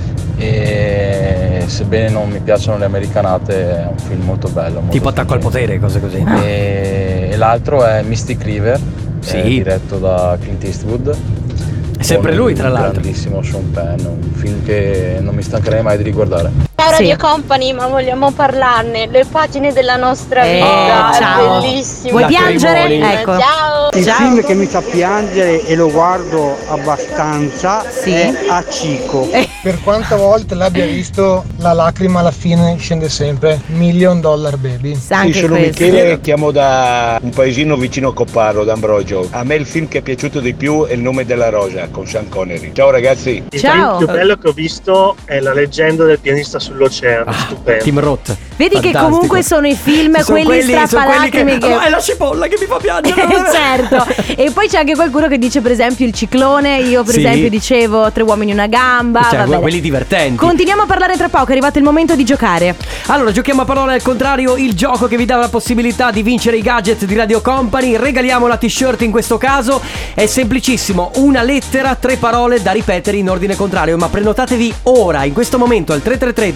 E sebbene non mi piacciono le americanate è un film molto bello, molto Tipo Attacco al potere, cose così. E l'altro è Mystic River, Sì. diretto da Clint Eastwood. È sempre lui, tra l'altro. Grandissimo Sean Penn, un film che non mi stancherei mai di riguardare. Ciao Radio Company, ma vogliamo parlarne. Le pagine della nostra vita, ciao. è bellissimo. Vuoi piangere? Ecco. Ciao. Il film che mi fa piangere e lo guardo abbastanza è Hachiko. Per quanta volta l'abbia visto, la lacrima alla fine scende sempre. $1 Million Baby. Sì, sono Michele, chiamo da un paesino vicino a Copparlo, d'Ambrogio. A me il film che è piaciuto di più è Il nome della rosa con Sean Connery. Ciao ragazzi. Il film più bello che ho visto è La leggenda del pianista sull'oceano, stupendo. Tim Roth. Vedi che comunque sono i film quelli strappalacrime che... è la cipolla che mi fa piangere. Certo. E poi c'è anche qualcuno che dice per esempio il ciclone. Io per Sì. esempio dicevo 3 uomini una gamba. Cioè, va bene. quelli divertenti. Continuiamo a parlare tra poco, è arrivato il momento di giocare. Allora, giochiamo a parole al contrario, il gioco che vi dà la possibilità di vincere i gadget di Radio Company. Regaliamo la t-shirt in questo caso. È semplicissimo, una lettera, 3 parole da ripetere in ordine contrario. Ma prenotatevi ora, in questo momento, al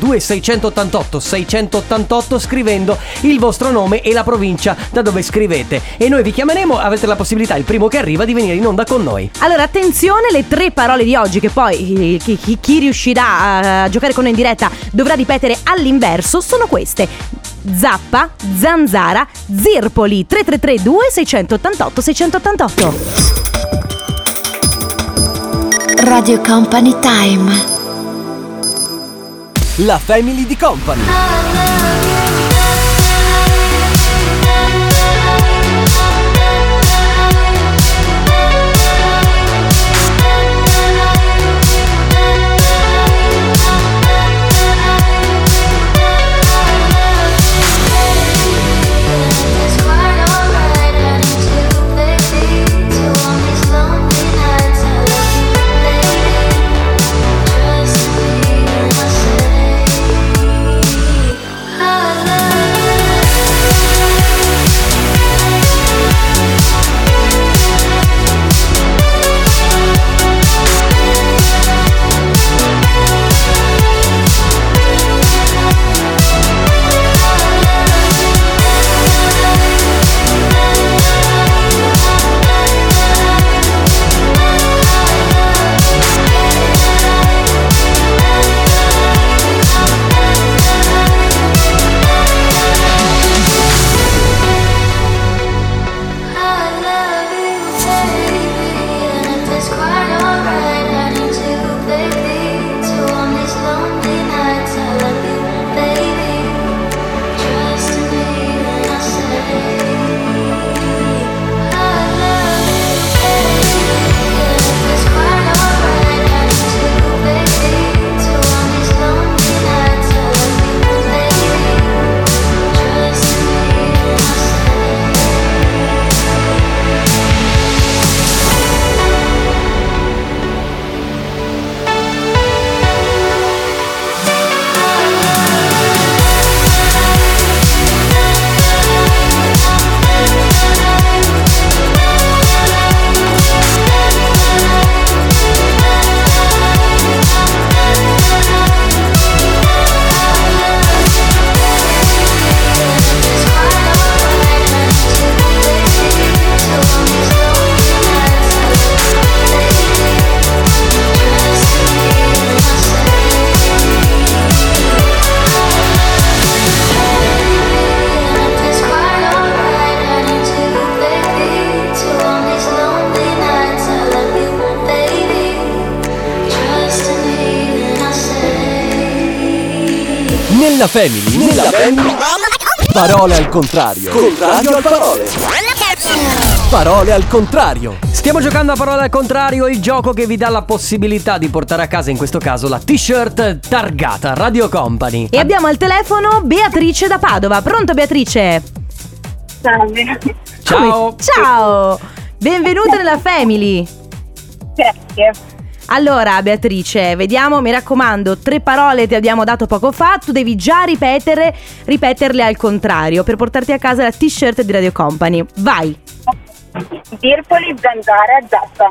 333-2688-688 scrivendo il vostro nome e la provincia da dove scrivete. E noi vi chiameremo, avrete la possibilità, il primo che arriva, di venire in onda con noi. Allora attenzione, le 3 parole di oggi che poi chi riuscirà a giocare con noi in diretta dovrà ripetere all'inverso sono queste: zappa, zanzara, zirpoli. 333-2688-688. Radio Company Time. La Family di Company. Nella Family. Parole al contrario. Contrario al parole. Parole al contrario. Stiamo giocando a parole al contrario, il gioco che vi dà la possibilità di portare a casa, in questo caso, la t-shirt targata Radio Company. E abbiamo al telefono Beatrice da Padova. Pronto Beatrice? Salve. Ciao. Ciao. Benvenuta nella Family. Grazie. Allora Beatrice, vediamo, mi raccomando, 3 parole ti abbiamo dato poco fa, tu devi già ripeterle al contrario per portarti a casa la t-shirt di Radio Company. Vai. Dirpoli, zanzara, zappa.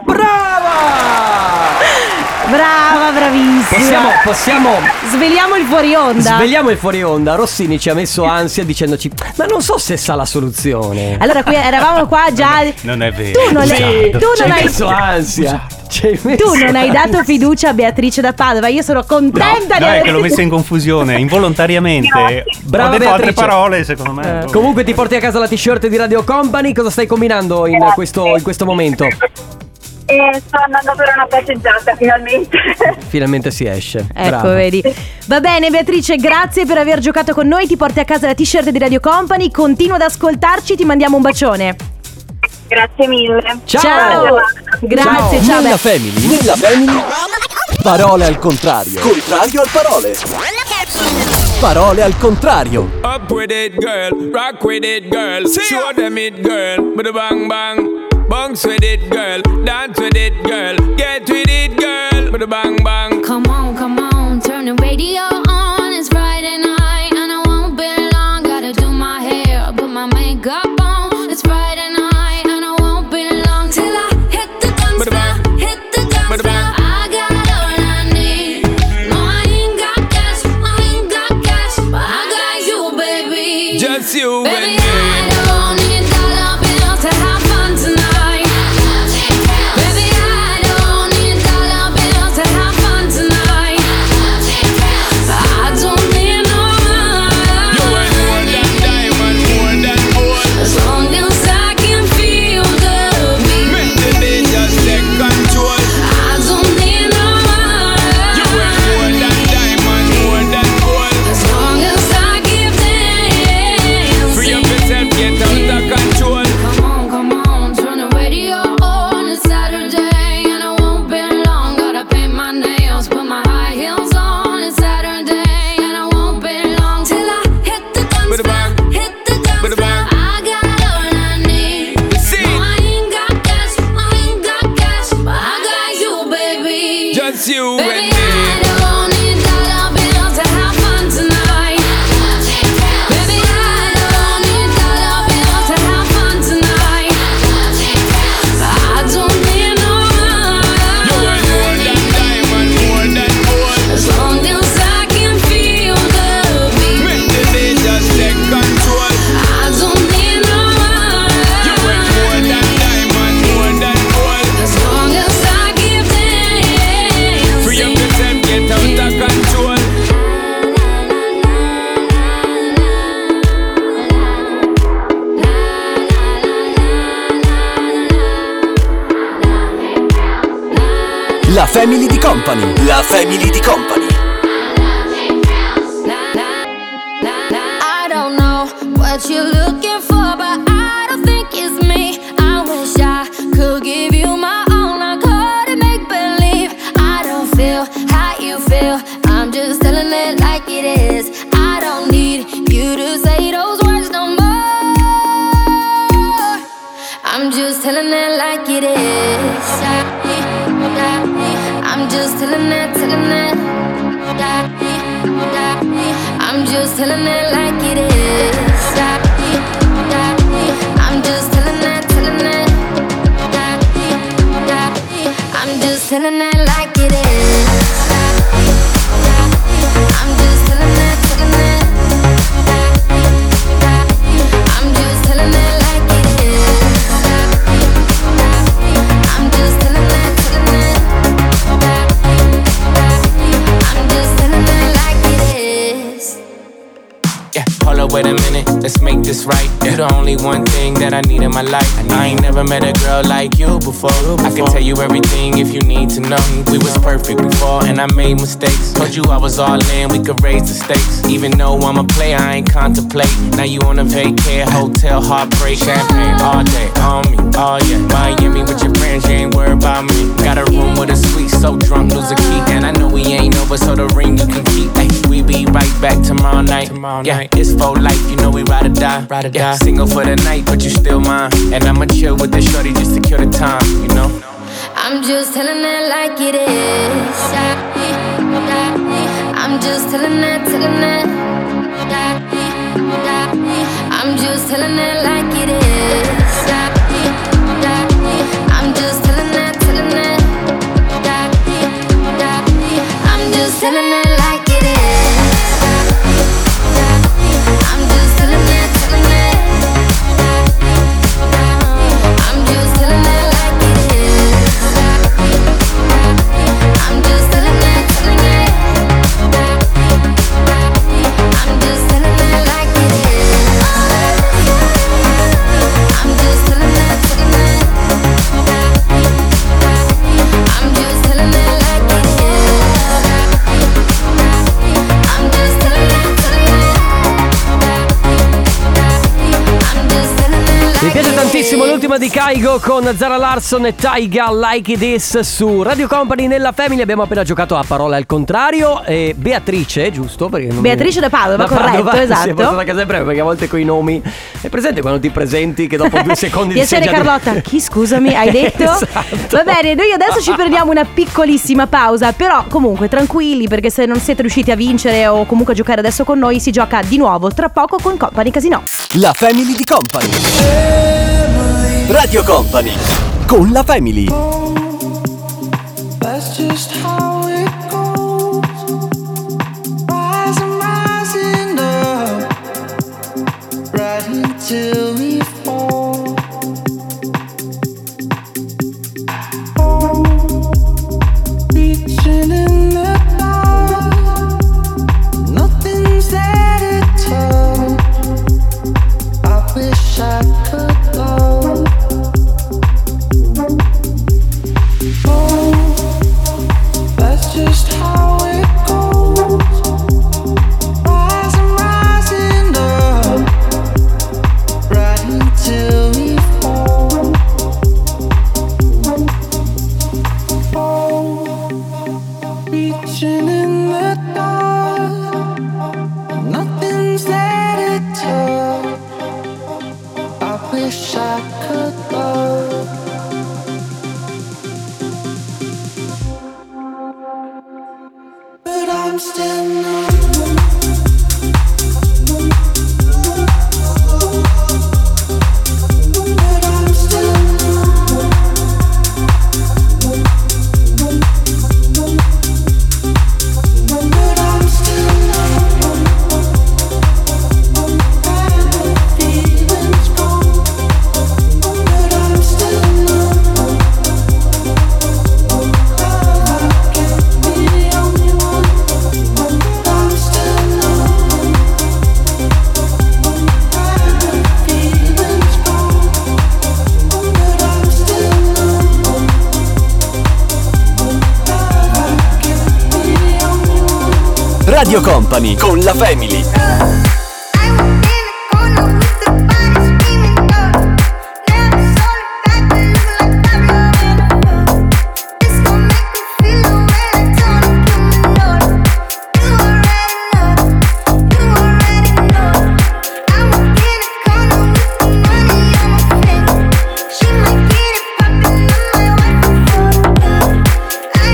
Brava, bravissima. Possiamo Sveliamo il fuori onda. Svegliamo il fuori onda. Rossini ci ha messo ansia dicendoci: ma non so se sa la soluzione. Allora qui eravamo qua già. Non è vero. Tu non hai messo ansia. Tu non hai dato fiducia a Beatrice da Padova. Io sono contenta di è che l'ho messa in confusione involontariamente. Brava, ho detto Beatrice. altre parole, secondo me. Comunque ti porti a casa la t-shirt di Radio Company. Cosa stai combinando in questo momento? Sto andando per una passeggiata finalmente. Finalmente si esce. Ecco, Brava. vedi. Va bene Beatrice, grazie per aver giocato con noi. Ti porti a casa la t-shirt di Radio Company. Continua ad ascoltarci, ti mandiamo un bacione. Grazie mille. Ciao. Grazie, ciao. Nella Family. Parole al contrario. Contrario al parole. Parole al contrario. Up with it, girl. Rock with it, girl. Show them it, girl. With a bang bang. Bounce with it, girl. Dance with it, girl. Get with it, girl. With a bang bang. Come on, turn the radio on. It's Friday night and I won't be long. Gotta do my hair, put my makeup on. It's Friday night and I won't be long till I hit the dance floor. Hit the dance floor. I got all I need. No, I ain't got cash, but I got you, baby. Just you Baby, and me. I don't need dollar bills to have fun tonight. Baby, I don't need dollar bills to have fun tonight. I don't need no money. You ain't more than diamond, more than gold. As long as I can feel the beat. Make the day just take control. I don't need no money. You ain't more than diamond, more than gold. As long as I keep dancing. Free up yourself, get out of control. Come on, turn the radio on. It's Saturday and I won't be long. Gotta paint my nails, put my high heels on. It's Saturday and I won't be long till I hit the dance floor. Hit the dance floor. I got all I need. No, I ain't got cash, but I got you, baby. Just you and Baby, me. I don't need dollar bills to have fun tonight. Baby, I don't need dollar bills to have fun tonight. I don't need no You ain't more money. than diamond, more than gold. As long as I can feel the beat. Make the day just take control. I don't need no You ain't more money. than diamond, more than gold. As long as I keep dancing. Free up yourself, get out of control. La Family di Company. La Family di Company. I don't know what you're looking for, but I don't think it's me. I wish I could give you my all. I couldn't make believe. I don't feel how you feel. I'm just telling it like it is. I don't need you to say those words no more. I'm just telling it like it is. I'm just telling it, I'm just telling it like it is. I'm just telling it, I'm just telling it like it is. I'm just telling it, I'm just telling it like it is. I'm just telling it, I'm just telling it like it is. Yeah, hold up, wait a minute, let's make this right. You're the only one thing that I need in my life. I ain't never met a girl like you before. I can tell you everything if you need to know. We was perfect before and I made mistakes. Told you I was all in, we could raise the stakes. Even though I'm a player, I ain't contemplate. Now you on a vacay, hotel, heartbreak. Champagne all day, on me, oh yeah. Miami with your friends, you ain't worried about me. Got a room with a suite, so drunk, lose a key. And I know we ain't over, so the ring you can keep. Ay, we be right back tomorrow night. Yeah, it's for life, you know we ride or die. Yeah, single for the night, but you still mine. And I'ma chill with the shorty just to kill the time, you know. I'm just telling it like it is. I'm just telling it. I'm just telling it like it is. I'm just telling it. I'm just telling it like it is. I'm just telling it. I'm just telling it like it is. I'm just telling it. I'm just telling it like it is. I'm just telling it. I'm just telling it like it is. I'm just telling it. Mi piace tantissimo l'ultima di Kygo con Zara Larsson e Taiga, Like It Is, su Radio Company nella Family. Abbiamo appena giocato a Parole al contrario. E Beatrice, giusto? Perché non Beatrice da Padova, corretto, esatto. Si è portata a casa breve perché a volte coi nomi è presente quando ti presenti che dopo 2 secondi Piacere Carlotta, chi scusami hai detto? Esatto. Va bene, noi adesso ci prendiamo una piccolissima pausa, però comunque tranquilli, perché se non siete riusciti a vincere o comunque a giocare adesso con noi, si gioca di nuovo tra poco con Company Casino. La Family di Company. Radio Company con la Family. That's just how it goes. Rising up, right until we fall. Reaching in the dark, nothing's there to touch. I wish I could love. That's just how it goes. Rising up, right until we fall. Reaching in the dark, nothing's there to touch. I wish I could love. But I'm still not. But I'm still not. But I'm still not. Feelings gone. But I'm still not. I can't be the only one. I'm still not. Feelings gone. But I'm still not. I can't be the only one. Radio Company con la Family.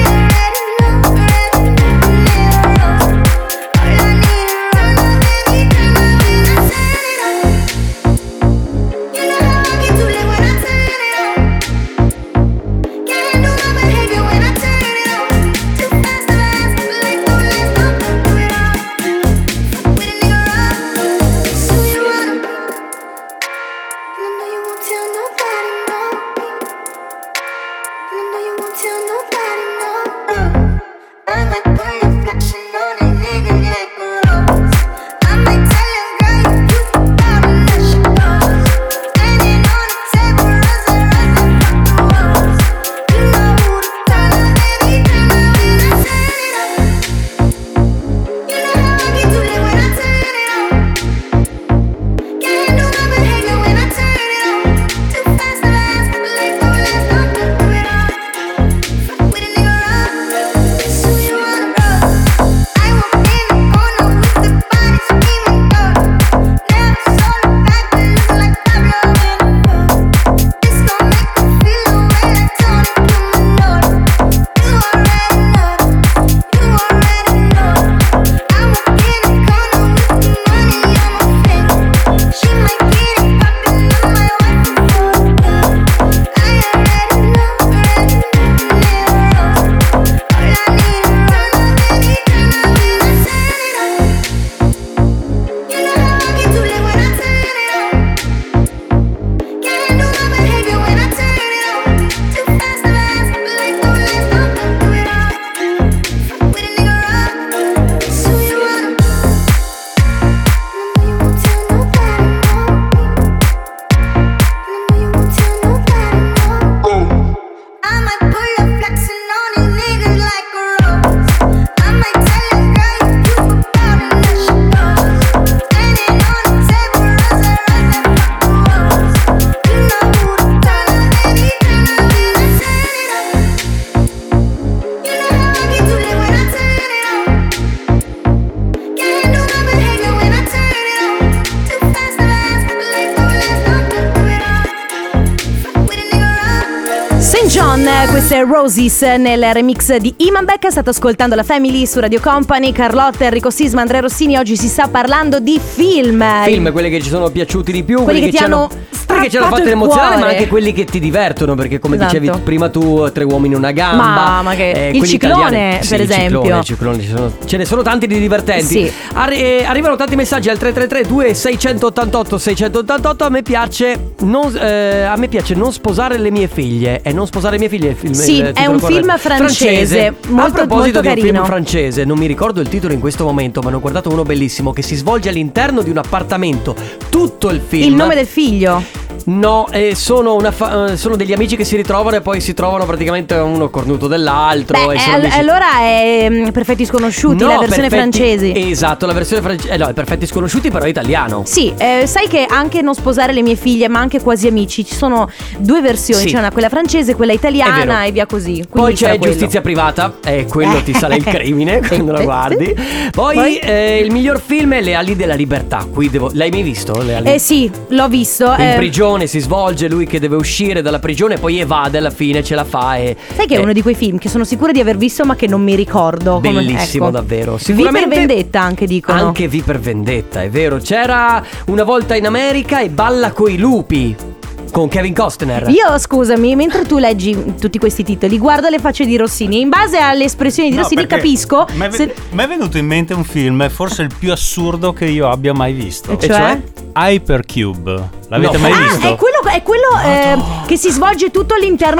All I need is run on any e Roses nel remix di Iman Beck. State ascoltando la Family su Radio Company. Carlotta, Enrico Sisma, Andrea Rossini. Oggi si sta parlando di film. Film, quelli che ci sono piaciuti di più, quelli che ti hanno fatto emozionare, ma anche quelli che ti divertono, perché come dicevi prima tu, Tre uomini una gamba, ma che il Ciclone, per esempio. Il Ciclone, ce ne sono tanti di divertenti. Sì. Arrivano tanti messaggi al 333 2688 688. A me piace non sposare le mie figlie. E non sposare le mie figlie è il film. Sì, è un film francese. Molto, a proposito molto di un carino. film francese, non mi ricordo il titolo in questo momento, ma ne ho guardato uno bellissimo che si svolge all'interno di un appartamento. Tutto il film. Il nome del figlio? No, sono degli amici che si ritrovano e poi si trovano praticamente uno cornuto dell'altro. Allora è Perfetti Sconosciuti, la versione francese. Esatto, la versione francese. No, è Perfetti Sconosciuti, però è italiano. Sì, sai che anche Non sposare le mie figlie, ma anche Quasi amici, ci sono due versioni. C'è quella francese, quella italiana e via così. Quindi poi c'è Giustizia privata, e quello ti sale il crimine quando la guardi. Poi il miglior film è Le ali della libertà. L'hai mai visto? Le ali? Sì, l'ho visto. In prigione si svolge, lui che deve uscire dalla prigione, poi evade, alla fine ce la fa. Sai che è uno di quei film che sono sicura di aver visto ma che non mi ricordo. Bellissimo, ecco. Davvero. Sicuramente V per Vendetta anche dicono. Anche V per Vendetta, è vero. C'era Una volta in America e Balla coi lupi con Kevin Costner. Io, scusami, mentre tu leggi tutti questi titoli, guardo le facce di Rossini. In base alle espressioni di Rossini capisco. Mi è venuto in mente un film, forse il più assurdo che io abbia mai visto. E cioè? Hypercube. L'avete mai visto? È quello che si svolge tutto all'interno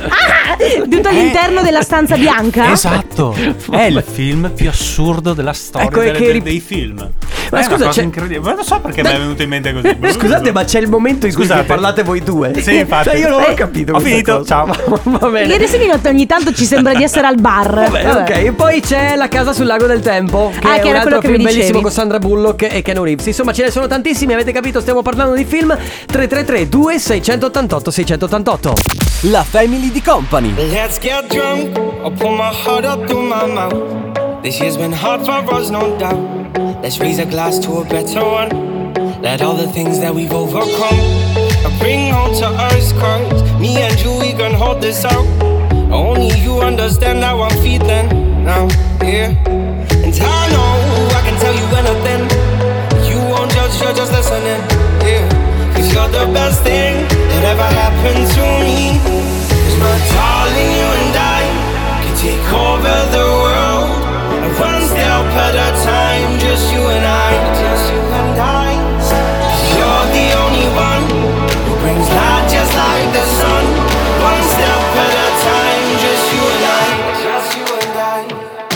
tutto all'interno della stanza bianca. Esatto. È il film più assurdo della storia dei film. Ma scusa, una cosa incredibile. Ma non so perché mi è venuto in mente così. Scusate, ma c'è il momento in cui parlate voi due. Sì, infatti. Io non ho capito. Ho finito. Ciao. Va bene. Ieri sera ogni tanto ci sembra di essere al bar. Vabbè. Ok. E poi c'è La casa sul lago del tempo, che è un altro film bellissimo con Sandra Bullock e Keanu Reeves. Insomma, ce ne sono tantissimi, avete capito? Stiamo parlando di film. 333 2688 688. La Family di Company. Let's get drunk. I'll pull my heart up through my mouth. This year's been hard for us, no doubt. Let's raise a glass to a better one. Let all the things that we've overcome bring home to us, cause me and you, we can hold this out. Only you understand how I'm feeling now, yeah. And I know I can tell you anything. You won't judge, you're just listening, yeah. Cause you're the best thing that ever happened to me. Cause my darling, you and I can take over the world. And one step at a time, just you and I, just you and I. Cause you're the only one who brings light just like the sun. One step at a time, just you and I, just you and I.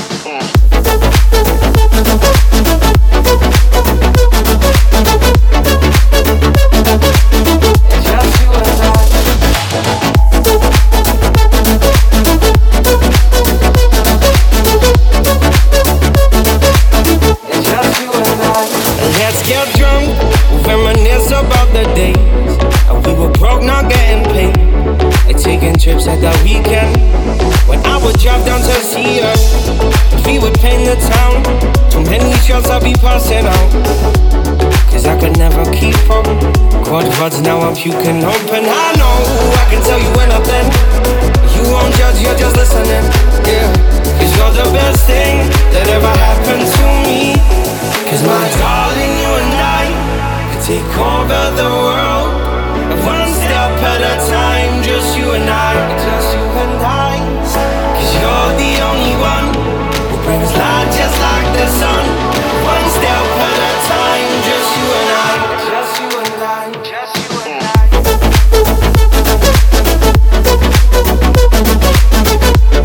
Let's get drunk, reminisce about the days we were broke, not getting paid, and taking trips at the weekend. When I would drive down to see her, we would paint the town. Too many shots I'll be passing out, cause I could never keep up. Quad rods, now I'm puking open. I know I can tell you anything. You won't judge, you're just listening, yeah. Cause you're the best thing that ever happened to me. Cause my darling, you and I can take over the world. One step at a time, just you and I, just you and I. Cause you're the only one who brings light just like the sun. One step at a time, just you and I, just you and I, just you and I.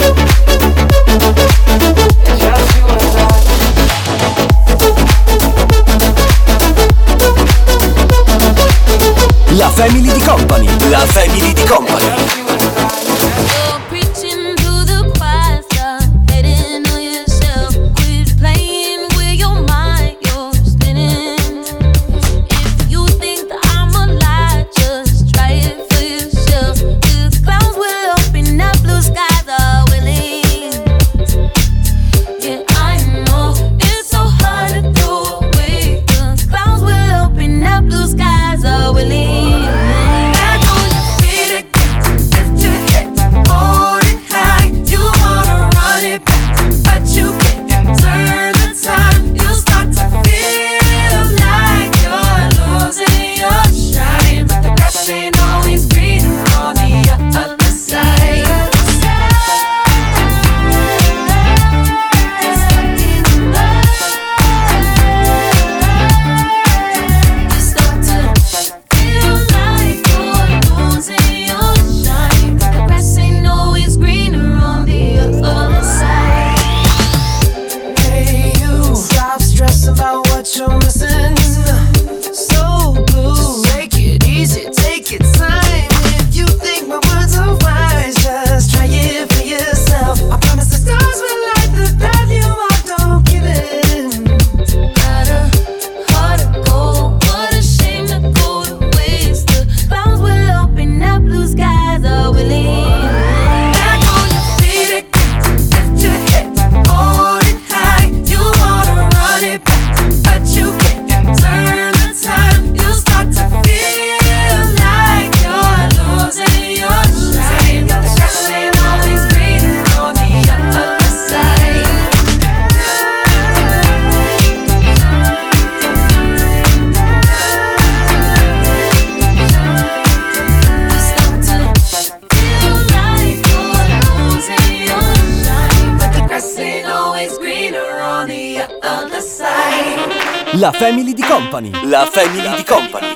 La Family di Company. La Family di Company.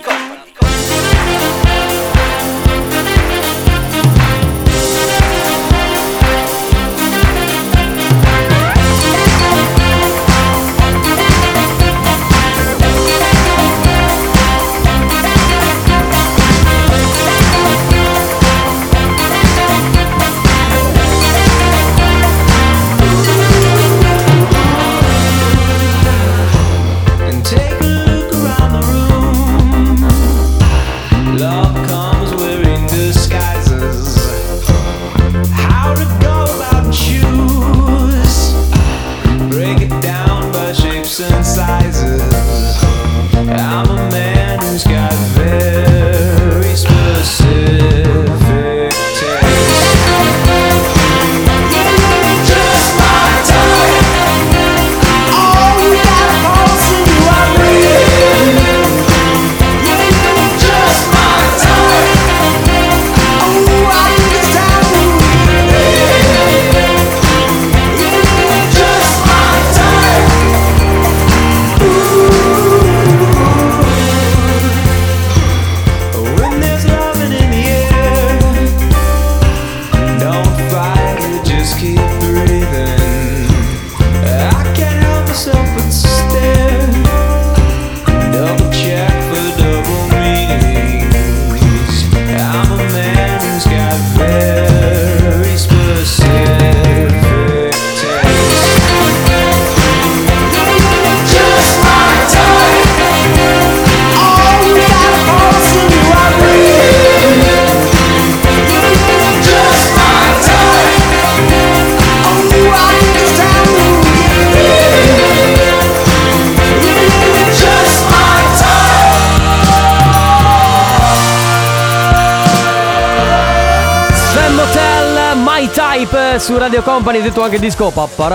Su Radio Company, detto anche disco.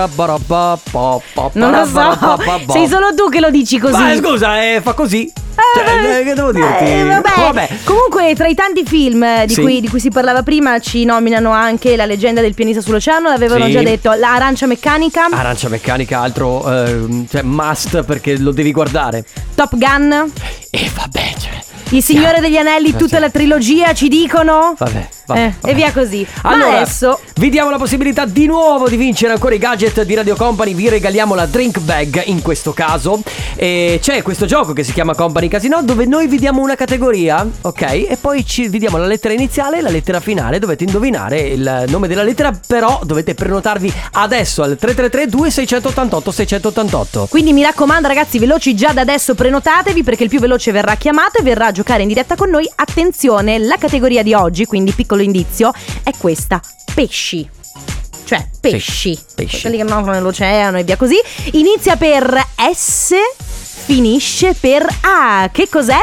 Non lo so, sei solo tu che lo dici così. Ma scusa, fa così. Che devo dirti? Vabbè. Comunque, tra i tanti film di cui si parlava prima, ci nominano anche La leggenda del pianista sull'oceano. L'avevano già detto. L'Arancia Meccanica. Arancia Meccanica, altro must, perché lo devi guardare. Top Gun. E vabbè, Il Signore degli Anelli, tutta la trilogia, ci dicono. Vabbè. E via così. Allora, ma adesso vi diamo la possibilità di nuovo di vincere ancora i gadget di Radio Company. Vi regaliamo la drink bag in questo caso. E c'è questo gioco che si chiama Company Casino, dove noi vi diamo una categoria, ok? E poi vi diamo la lettera iniziale e la lettera finale. Dovete indovinare il nome della lettera, però dovete prenotarvi adesso al 333-2688-688. Quindi mi raccomando ragazzi, veloci già da adesso, prenotatevi, perché il più veloce verrà chiamato e verrà a giocare in diretta con noi. Attenzione, la categoria di oggi, quindi piccolo indizio, è questa: pesci. Cioè pesci. Quelli che nuotano nell'oceano e via così. Inizia per S, finisce per A. Che cos'è?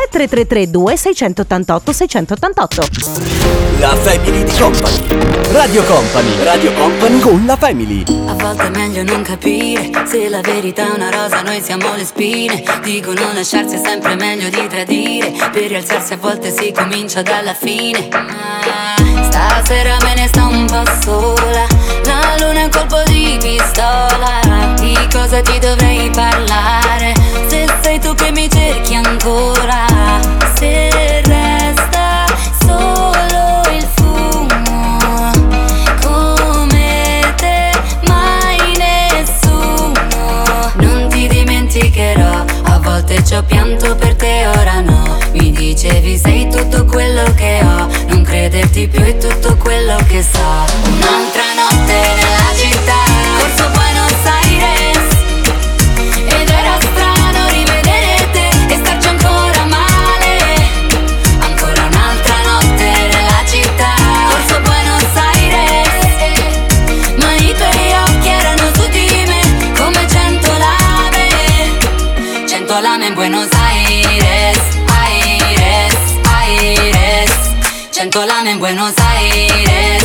333-2688-688. La Family di Company. Radio Company con la Family. A volte è meglio non capire se la verità è una rosa, noi siamo le spine. Dicono lasciarsi è sempre meglio di tradire. Per rialzarsi a volte si comincia dalla fine. Stasera me ne sto un po' sola, la luna è un colpo di pistola. Di cosa ti dovrei parlare se sei tu che mi cerchi ancora? Se resta solo il fumo, come te mai nessuno. Non ti dimenticherò, a volte ci ho pianto per te, ora no. Mi dicevi sei tutto quello che ho, non crederti più è tutto quello che so. Un'altra notte nella città, corso Buenos Aires, ed era strano rivedere te e starci ancora male. Ancora un'altra notte nella città, corso Buenos Aires, ma i tuoi occhi erano su di me come 100 lame. 100 lame in Buenos Aires, 100 lame in Buenos Aires,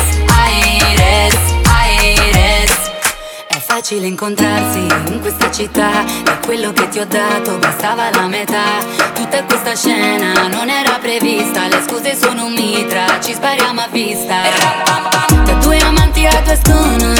Aires. È facile incontrarsi in questa città, da quello che ti ho dato bastava la metà. Tutta questa scena non era prevista, le scuse sono un mitra, ci spariamo a vista. Da due amanti a due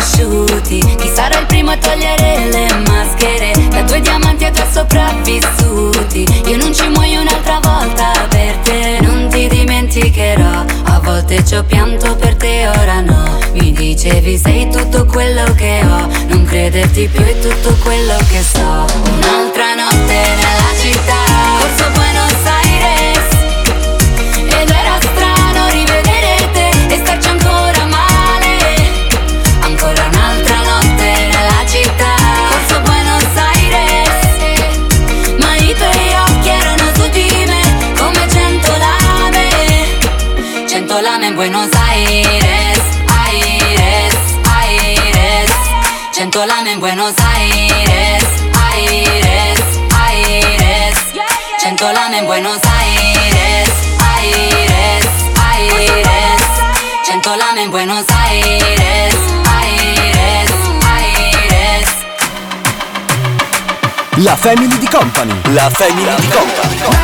sconosciuti, chi sarà il primo a togliere le maschere? Da due diamanti a due sopravvissuti, minuti. Io non ci muoio un'altra volta per te, non ti dimenticherò. A volte ci ho pianto per te, ora no. Mi dicevi sei tutto quello che ho, non crederti più è tutto quello che so. Un'altra notte nella città, corso Buenos Aires, ed era strano rivedere te e starci ancora male. Ancora un'altra notte nella città, corso Buenos Aires, ma i tuoi occhi erano su di me come 100 lame. 100 lame in Buenos Aires, Aires, Aires. 100 lame in Buenos Aires, Aires, Aires. 100 lame in Buenos Aires, Aires, Aires. 100 lame in Buenos Aires, Aires, Aires. La Family di Company. La Family di Company.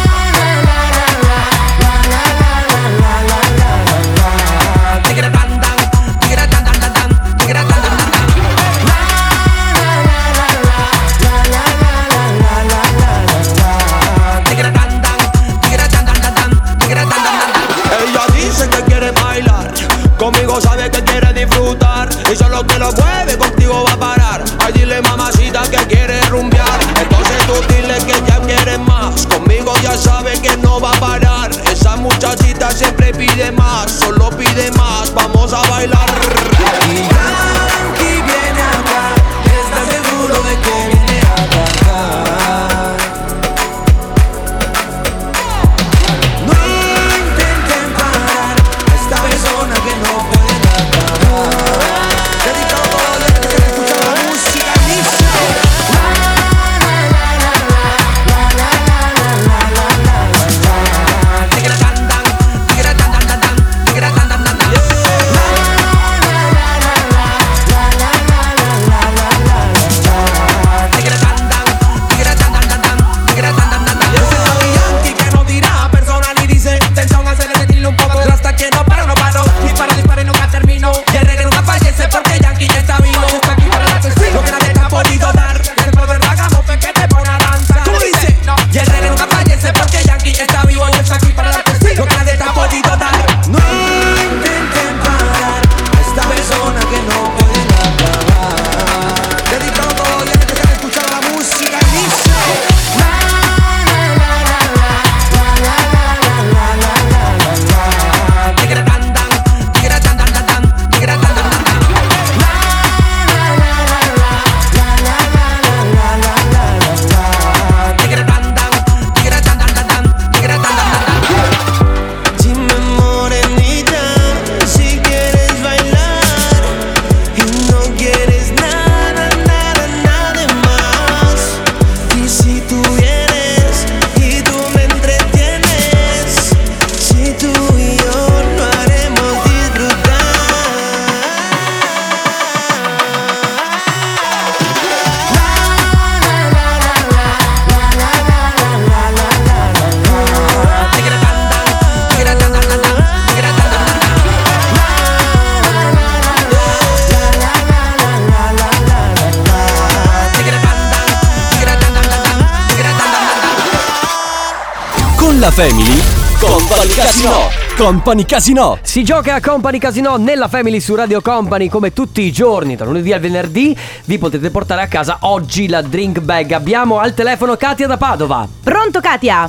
Conmigo sabe que quiere disfrutar y solo que lo mueve contigo va a parar. Ay, dile mamacita que quiere rumbear. Entonces tú dile que ya quieres más. Conmigo ya sabe que no va a parar. Esa muchachita siempre pide más, solo pide más. Vamos a bailar. Y Yankee viene acá, está seguro de que viene a atacar. No intenten parar a esta persona que no puede acabar. Dedicado a toda la gente que escucha la música y dice La Family Company Casino. Company Casino. Si gioca a Company Casino nella Family su Radio Company come tutti i giorni, da lunedì al venerdì. Vi potete portare a casa oggi la drink bag. Abbiamo al telefono Katia da Padova. Pronto Katia?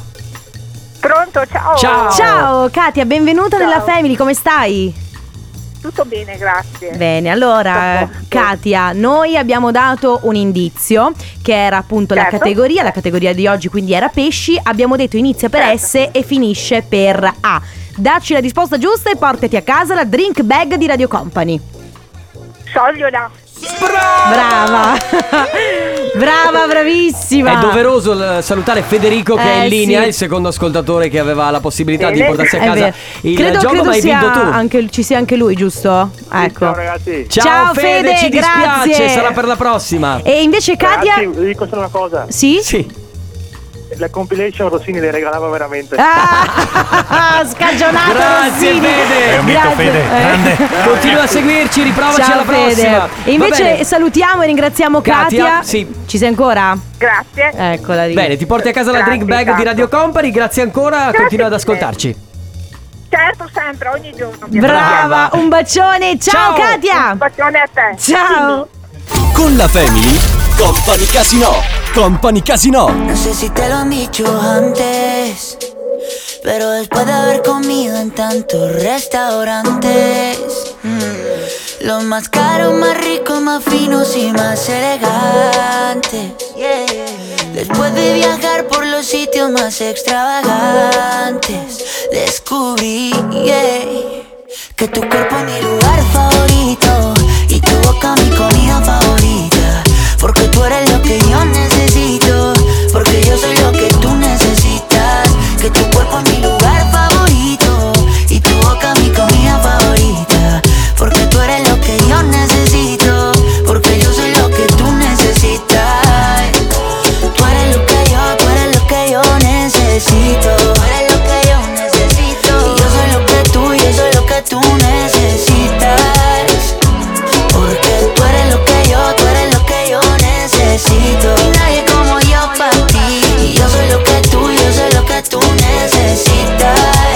Pronto, ciao. Ciao Katia, benvenuta nella Family, come stai? Tutto bene, grazie. Bene, allora Katia, noi abbiamo dato un indizio che era appunto la categoria di oggi, quindi era pesci. Abbiamo detto inizia per S e finisce per A. Dacci la risposta giusta e portati a casa la drink bag di Radio Company. Sciogliola. Brava. Brava, bravissima. È doveroso salutare Federico che è in linea, il secondo ascoltatore che aveva la possibilità di portarsi a casa il gioco, ma hai vinto tu. Ci sia anche lui, giusto? Ecco. Ciao ragazzi. Ciao Fede, ci dispiace, sarà per la prossima. E invece Katia, ragazzi, vi dico solo una cosa. Sì? Sì. la compilation Rossini le regalava veramente. Scagionato. Grazie Rossini. Fede. È un mito, Fede, grande. Continua a seguirci, riprovaci Ciao, alla Fede. prossima. Invece salutiamo e ringraziamo Katia. Sì. Ci sei ancora? Grazie. Eccola lì. Bene, ti porti a casa la drink bag di Radio Company. Grazie ancora, continua ad ascoltarci. Certo, sempre, ogni giorno. Brava, un bacione. Ciao, Katia. Un bacione a te. Ciao. Con la Family, Company Casino. Company Casino. No sé si te lo han dicho antes, pero después de haber comido en tantos restaurantes, los más caros, más ricos, más finos y más elegantes, después de viajar por los sitios más extravagantes, descubrí que tu cuerpo es mi lugar favorito y tu boca mi comida favorita, porque tú eres lo que yo necesito, porque yo soy lo que tú necesitas, que tu cuerpo es mi lugar favorito y tu boca mi comida favorita, porque tú eres lo que yo necesito, porque yo soy lo que tú necesitas. Tú eres lo que yo, tú eres lo que yo necesito, tú eres lo que yo necesito, y yo soy lo que tú, yo soy lo que tú necesitas, porque tú eres lo que yo, tú eres lo que yo necesito, y nadie como yo para ti, y yo soy lo que tú, yo soy lo que tú necesitas.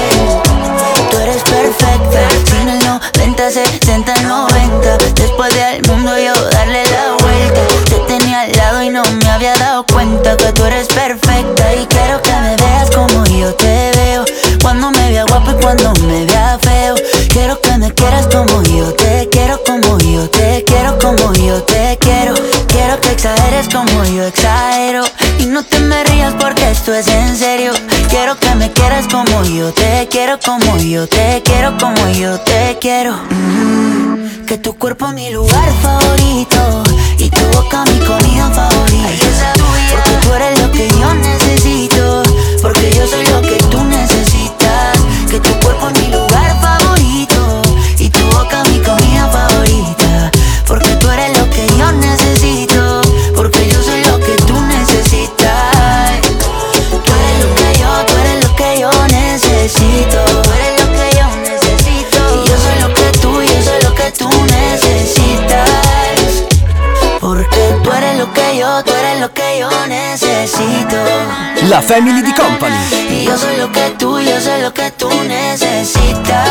Tú eres perfecta, sin el 90, 60, 90, después del mundo yo darle la vuelta, te tenía al lado y no me había dado cuenta que tú eres perfecta, y quiero que me veas como yo te veo, cuando me vea guapo y cuando me vea feo, quiero que me quieras como yo te quiero, como yo te quiero, como yo te quiero, quiero que exageres como yo exagero, y no te me rías porque esto es en serio, quiero que me quieras como yo te quiero, como yo te quiero, como yo te quiero, que tu cuerpo es mi lugar favorito y tu boca mi comida favorita, porque tú eres lo que yo necesito, porque yo soy lo que tú necesitas, que tu cuerpo es mi lugar favorito y tu boca mi comida favorita, porque tú eres lo que yo necesito, porque yo soy lo que tú necesitas. Tú eres lo que yo, tú eres lo que yo necesito, tú eres lo que yo necesito, y yo soy lo que tú, yo soy lo que tú necesitas, porque tú eres lo que yo, tú eres lo que yo necesito. La Family di Company. Y yo soy lo que tú, yo soy lo que tú necesitas.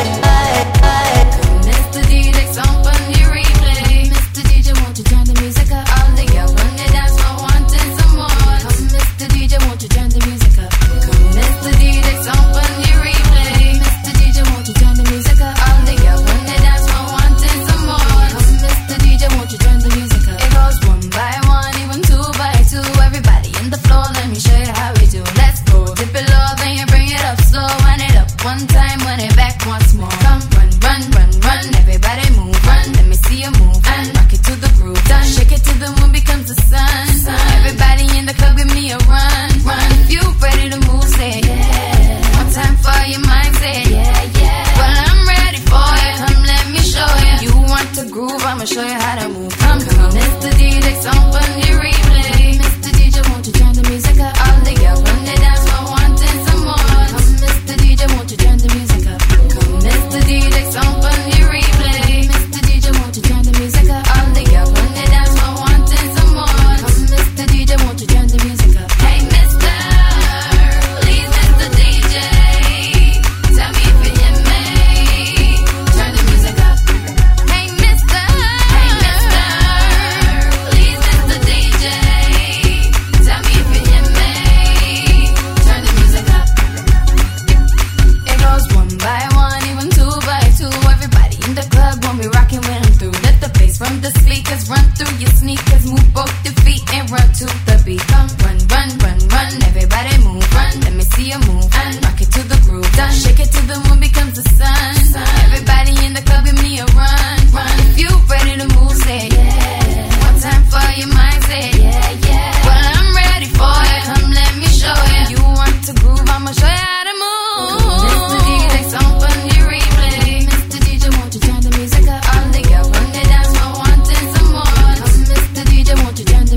Mr. DJ, somebody replay. Mr. DJ, won't you turn the music up? All the girls run the dance floor, wanting some more. Come, Mr. DJ, won't you turn the music up? Come, Mr. DJ, somebody replay. Mr. DJ, won't you turn the music up? All the girls run the dance floor, wanting some more. Come, Mr. DJ, won't you turn the music up? It goes one by one, even two by two. Everybody in the floor, let me show you how we do. Let's go, dip it low, then you bring it up slow. Wind it up one time, wind it back once more. Come, run, run, run, run, everybody move, run. Let me see you move and rock it to the groove. Done, shake it till the moon becomes the sun. Everybody in the club, give me a run, run. If you ready to move, say yeah. One time for your mind, say yeah, yeah. Well, I'm ready for it. Come, let me show you. You want to groove? I'ma show you how to move. Come, come, Mr. DJ, somebody replay. Mr. DJ, won't you turn the music up? All the girls run the dance floor, wanting some more. Come, Mr. DJ, won't you turn the music up? Come, Mr. DJ, somebody replay. Mr. DJ, won't you turn the music up? All the girls run the dance floor, wanting some more. Come, Mr. DJ, won't you turn the music up? Hey, Mr. Please, Mr. DJ, tell me if you hear me. Turn the music up. Hey, Mr. Please, Mr. DJ, tell me if you hear me. Turn the music up. It goes one by one, even two by two. Everybody in the club when we rockin' when I'm through. Let the bass from the speakers run through your sneakers. Move both your feet and run to the beat. Come, run, run, run, run. Everybody move, run. Let me see you move and rock it to the groove. Done, shake it till the moon becomes the sun. Everybody in the club, give me a run, run. If you ready to move, say yeah. One time for your mind, say yeah, yeah. Well, I'm ready for it. Come, let me show you. You want to groove? I'ma show you how to move. Mr. DJ, somebody replay. Mr. DJ, won't you turn the music up? All the girls run the dance floor, wanting some more. Come, Mr. DJ, won't you turn the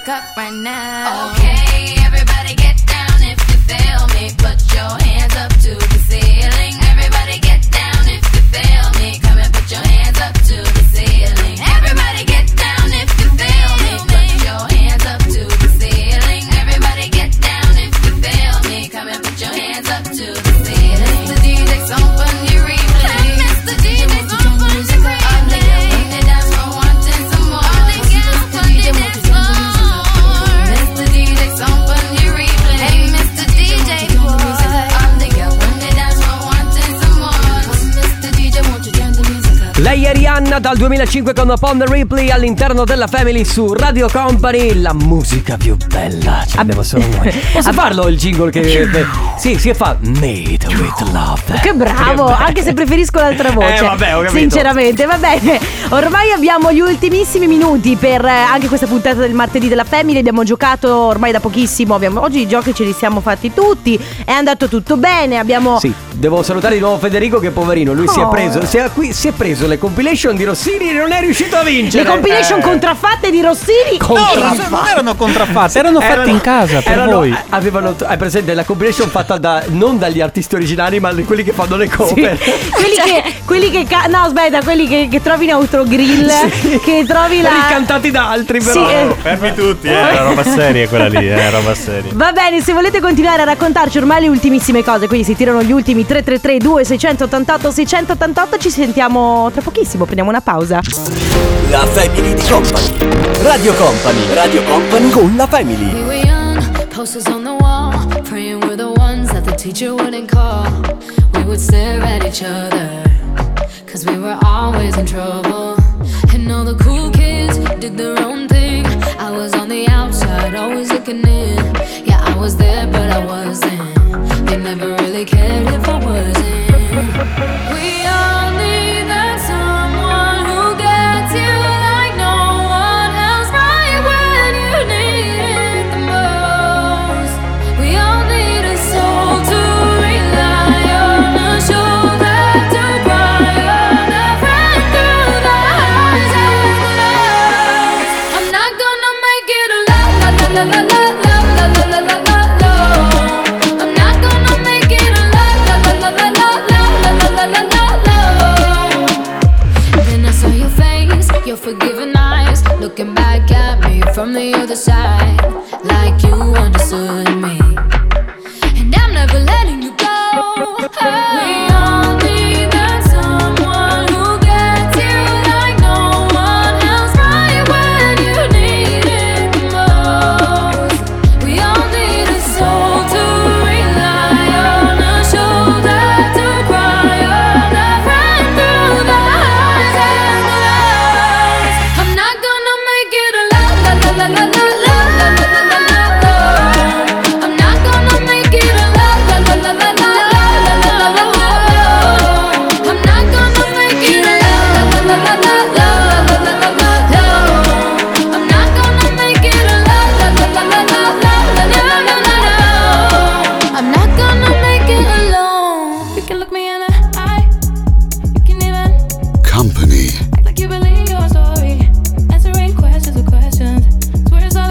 wake up right now. Okay, everybody get down if you feel me. Put your hands up to the ceiling. Everybody get down if you feel me. Come and put your hands up to the ceiling. Everybody get down if you feel me. Put your hands up to the ceiling. Everybody get down if you feel me. Come and put your hands up to the ceiling. Mr. DJ's open your replay. Mr. DJ's open your replay. When they dance for wanting some more. All the girls on the dance floor. Mr. DJ's open your replay. Hey, Mr. DJ boy. All the girls when they dance for wanting some more. Mr. DJ, won't you turn the music up? Lei è Rihanna dal 2005 con Upon the Replay all'interno della Family su Radio Company, la musica più bella. Ce l'abbiamo solo noi. Posso farlo il jingle che sì, si fa Made with Love. Che bravo, anche se preferisco l'altra voce. Vabbè, ho capito. Sinceramente, va bene. Ormai abbiamo gli ultimissimi minuti per anche questa puntata del martedì della Family. Abbiamo giocato ormai da pochissimo. Oggi i giochi ce li siamo fatti tutti. È andato tutto bene. Abbiamo. Sì, devo salutare di nuovo Federico che poverino, lui si è preso le compilation di Rossini e non è riuscito a vincere. Le compilation contraffatte di Rossini. Non erano contraffatte, erano fatte in casa per voi. Hai presente la compilation fatta non dagli artisti originali, ma di quelli che fanno le cover. Sì. quelli che trovi in autogrill, sì. Che trovi ricantati da altri, però. Sì. Fermi tutti, roba seria quella lì, roba seria. Va bene, se volete continuare a raccontarci ormai le ultimissime cose, quindi si tirano gli ultimi 333 2688 688, ci sentiamo tra pochissimo, prendiamo una pausa. La Family di Company. Radio Company con la Family. We were young, posters on the wall, praying we're the ones that the teacher wouldn't call. We would stare at each other, cause we were always in trouble. And all the cool kids did their own thing. I was on the outside, always looking in. Yeah, I was there, but I wasn't. They never really cared if I wasn't. We all need that someone who gets you like no one else, right when you need it the most. We all need a soul to rely on, a shoulder to cry on, a friend through the highs and the lows. I'm not gonna make it a la la la la la la la la la la la la. I'm not gonna make it a la la la la la la la la la la. Then I saw your face, your forgiving eyes, looking back at me from the other side, like you understood me. And I'm never letting you go. We all need that someone who gets you like no one else, right when you need it the most. We all need a soul to rely on, a shoulder to cry on, a friend through the highs and the lows. I'm not gonna make it a la la la la la la la la la la la. I'm not gonna make it a la la la la la la la la la la. I'm not gonna make it a la la la la la la la la la la. I'm not gonna make it a la la la la la la la la la la. I'm not gonna make it alone. You can look me in the eye. You can even Company. act like you believe your story, answering questions with questions. Swear it's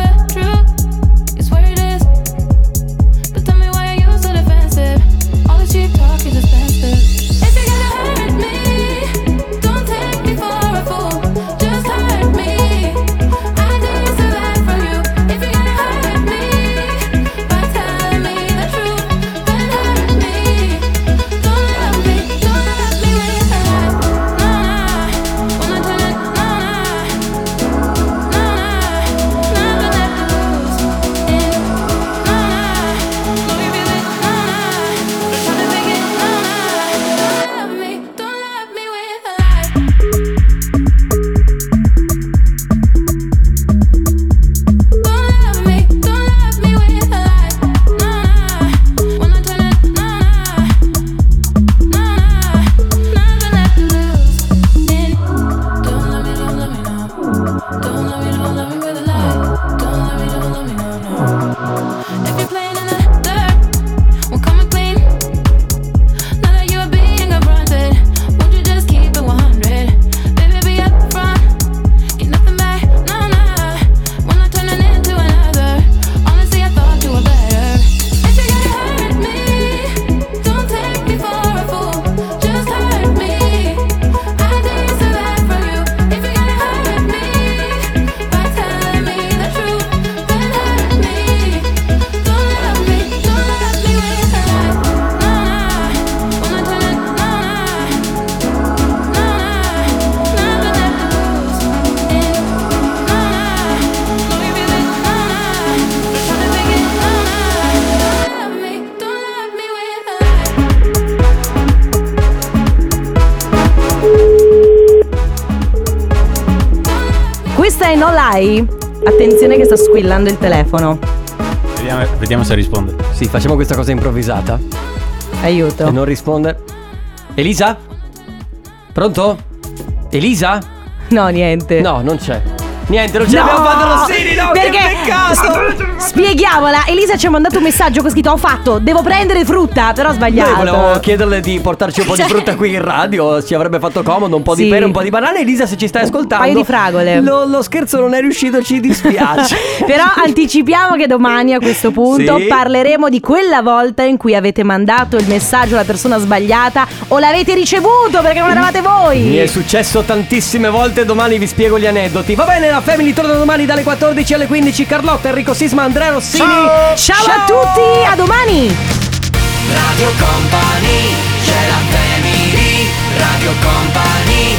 no lie? Attenzione che sta squillando il telefono. Vediamo se risponde. Sì, facciamo questa cosa improvvisata. Aiuto. E non risponde. Elisa? Pronto? Elisa? No, niente. No, non c'è. Niente, non ce l'abbiamo fatto Rossini, no, perché che peccato. Spieghiamola, Elisa ci ha mandato un messaggio con scritto: ho fatto, devo prendere frutta, però ho sbagliato. Noi volevamo chiederle di portarci un po' di frutta qui in radio. Ci avrebbe fatto comodo, un po' di pere, un po' di banane. Elisa, se ci stai ascoltando, un paio di fragole. Lo scherzo non è riuscito, ci dispiace. Però anticipiamo che domani a questo punto parleremo di quella volta in cui avete mandato il messaggio alla persona sbagliata o l'avete ricevuto perché non eravate voi. Mi è successo tantissime volte, domani vi spiego gli aneddoti. Va bene, la Family torna domani dalle 14 alle 15. Carlotta, Enrico Sisma, Andrea Rossini. Ciao a tutti, a domani. Radio Company, c'è la Family, Radio Company.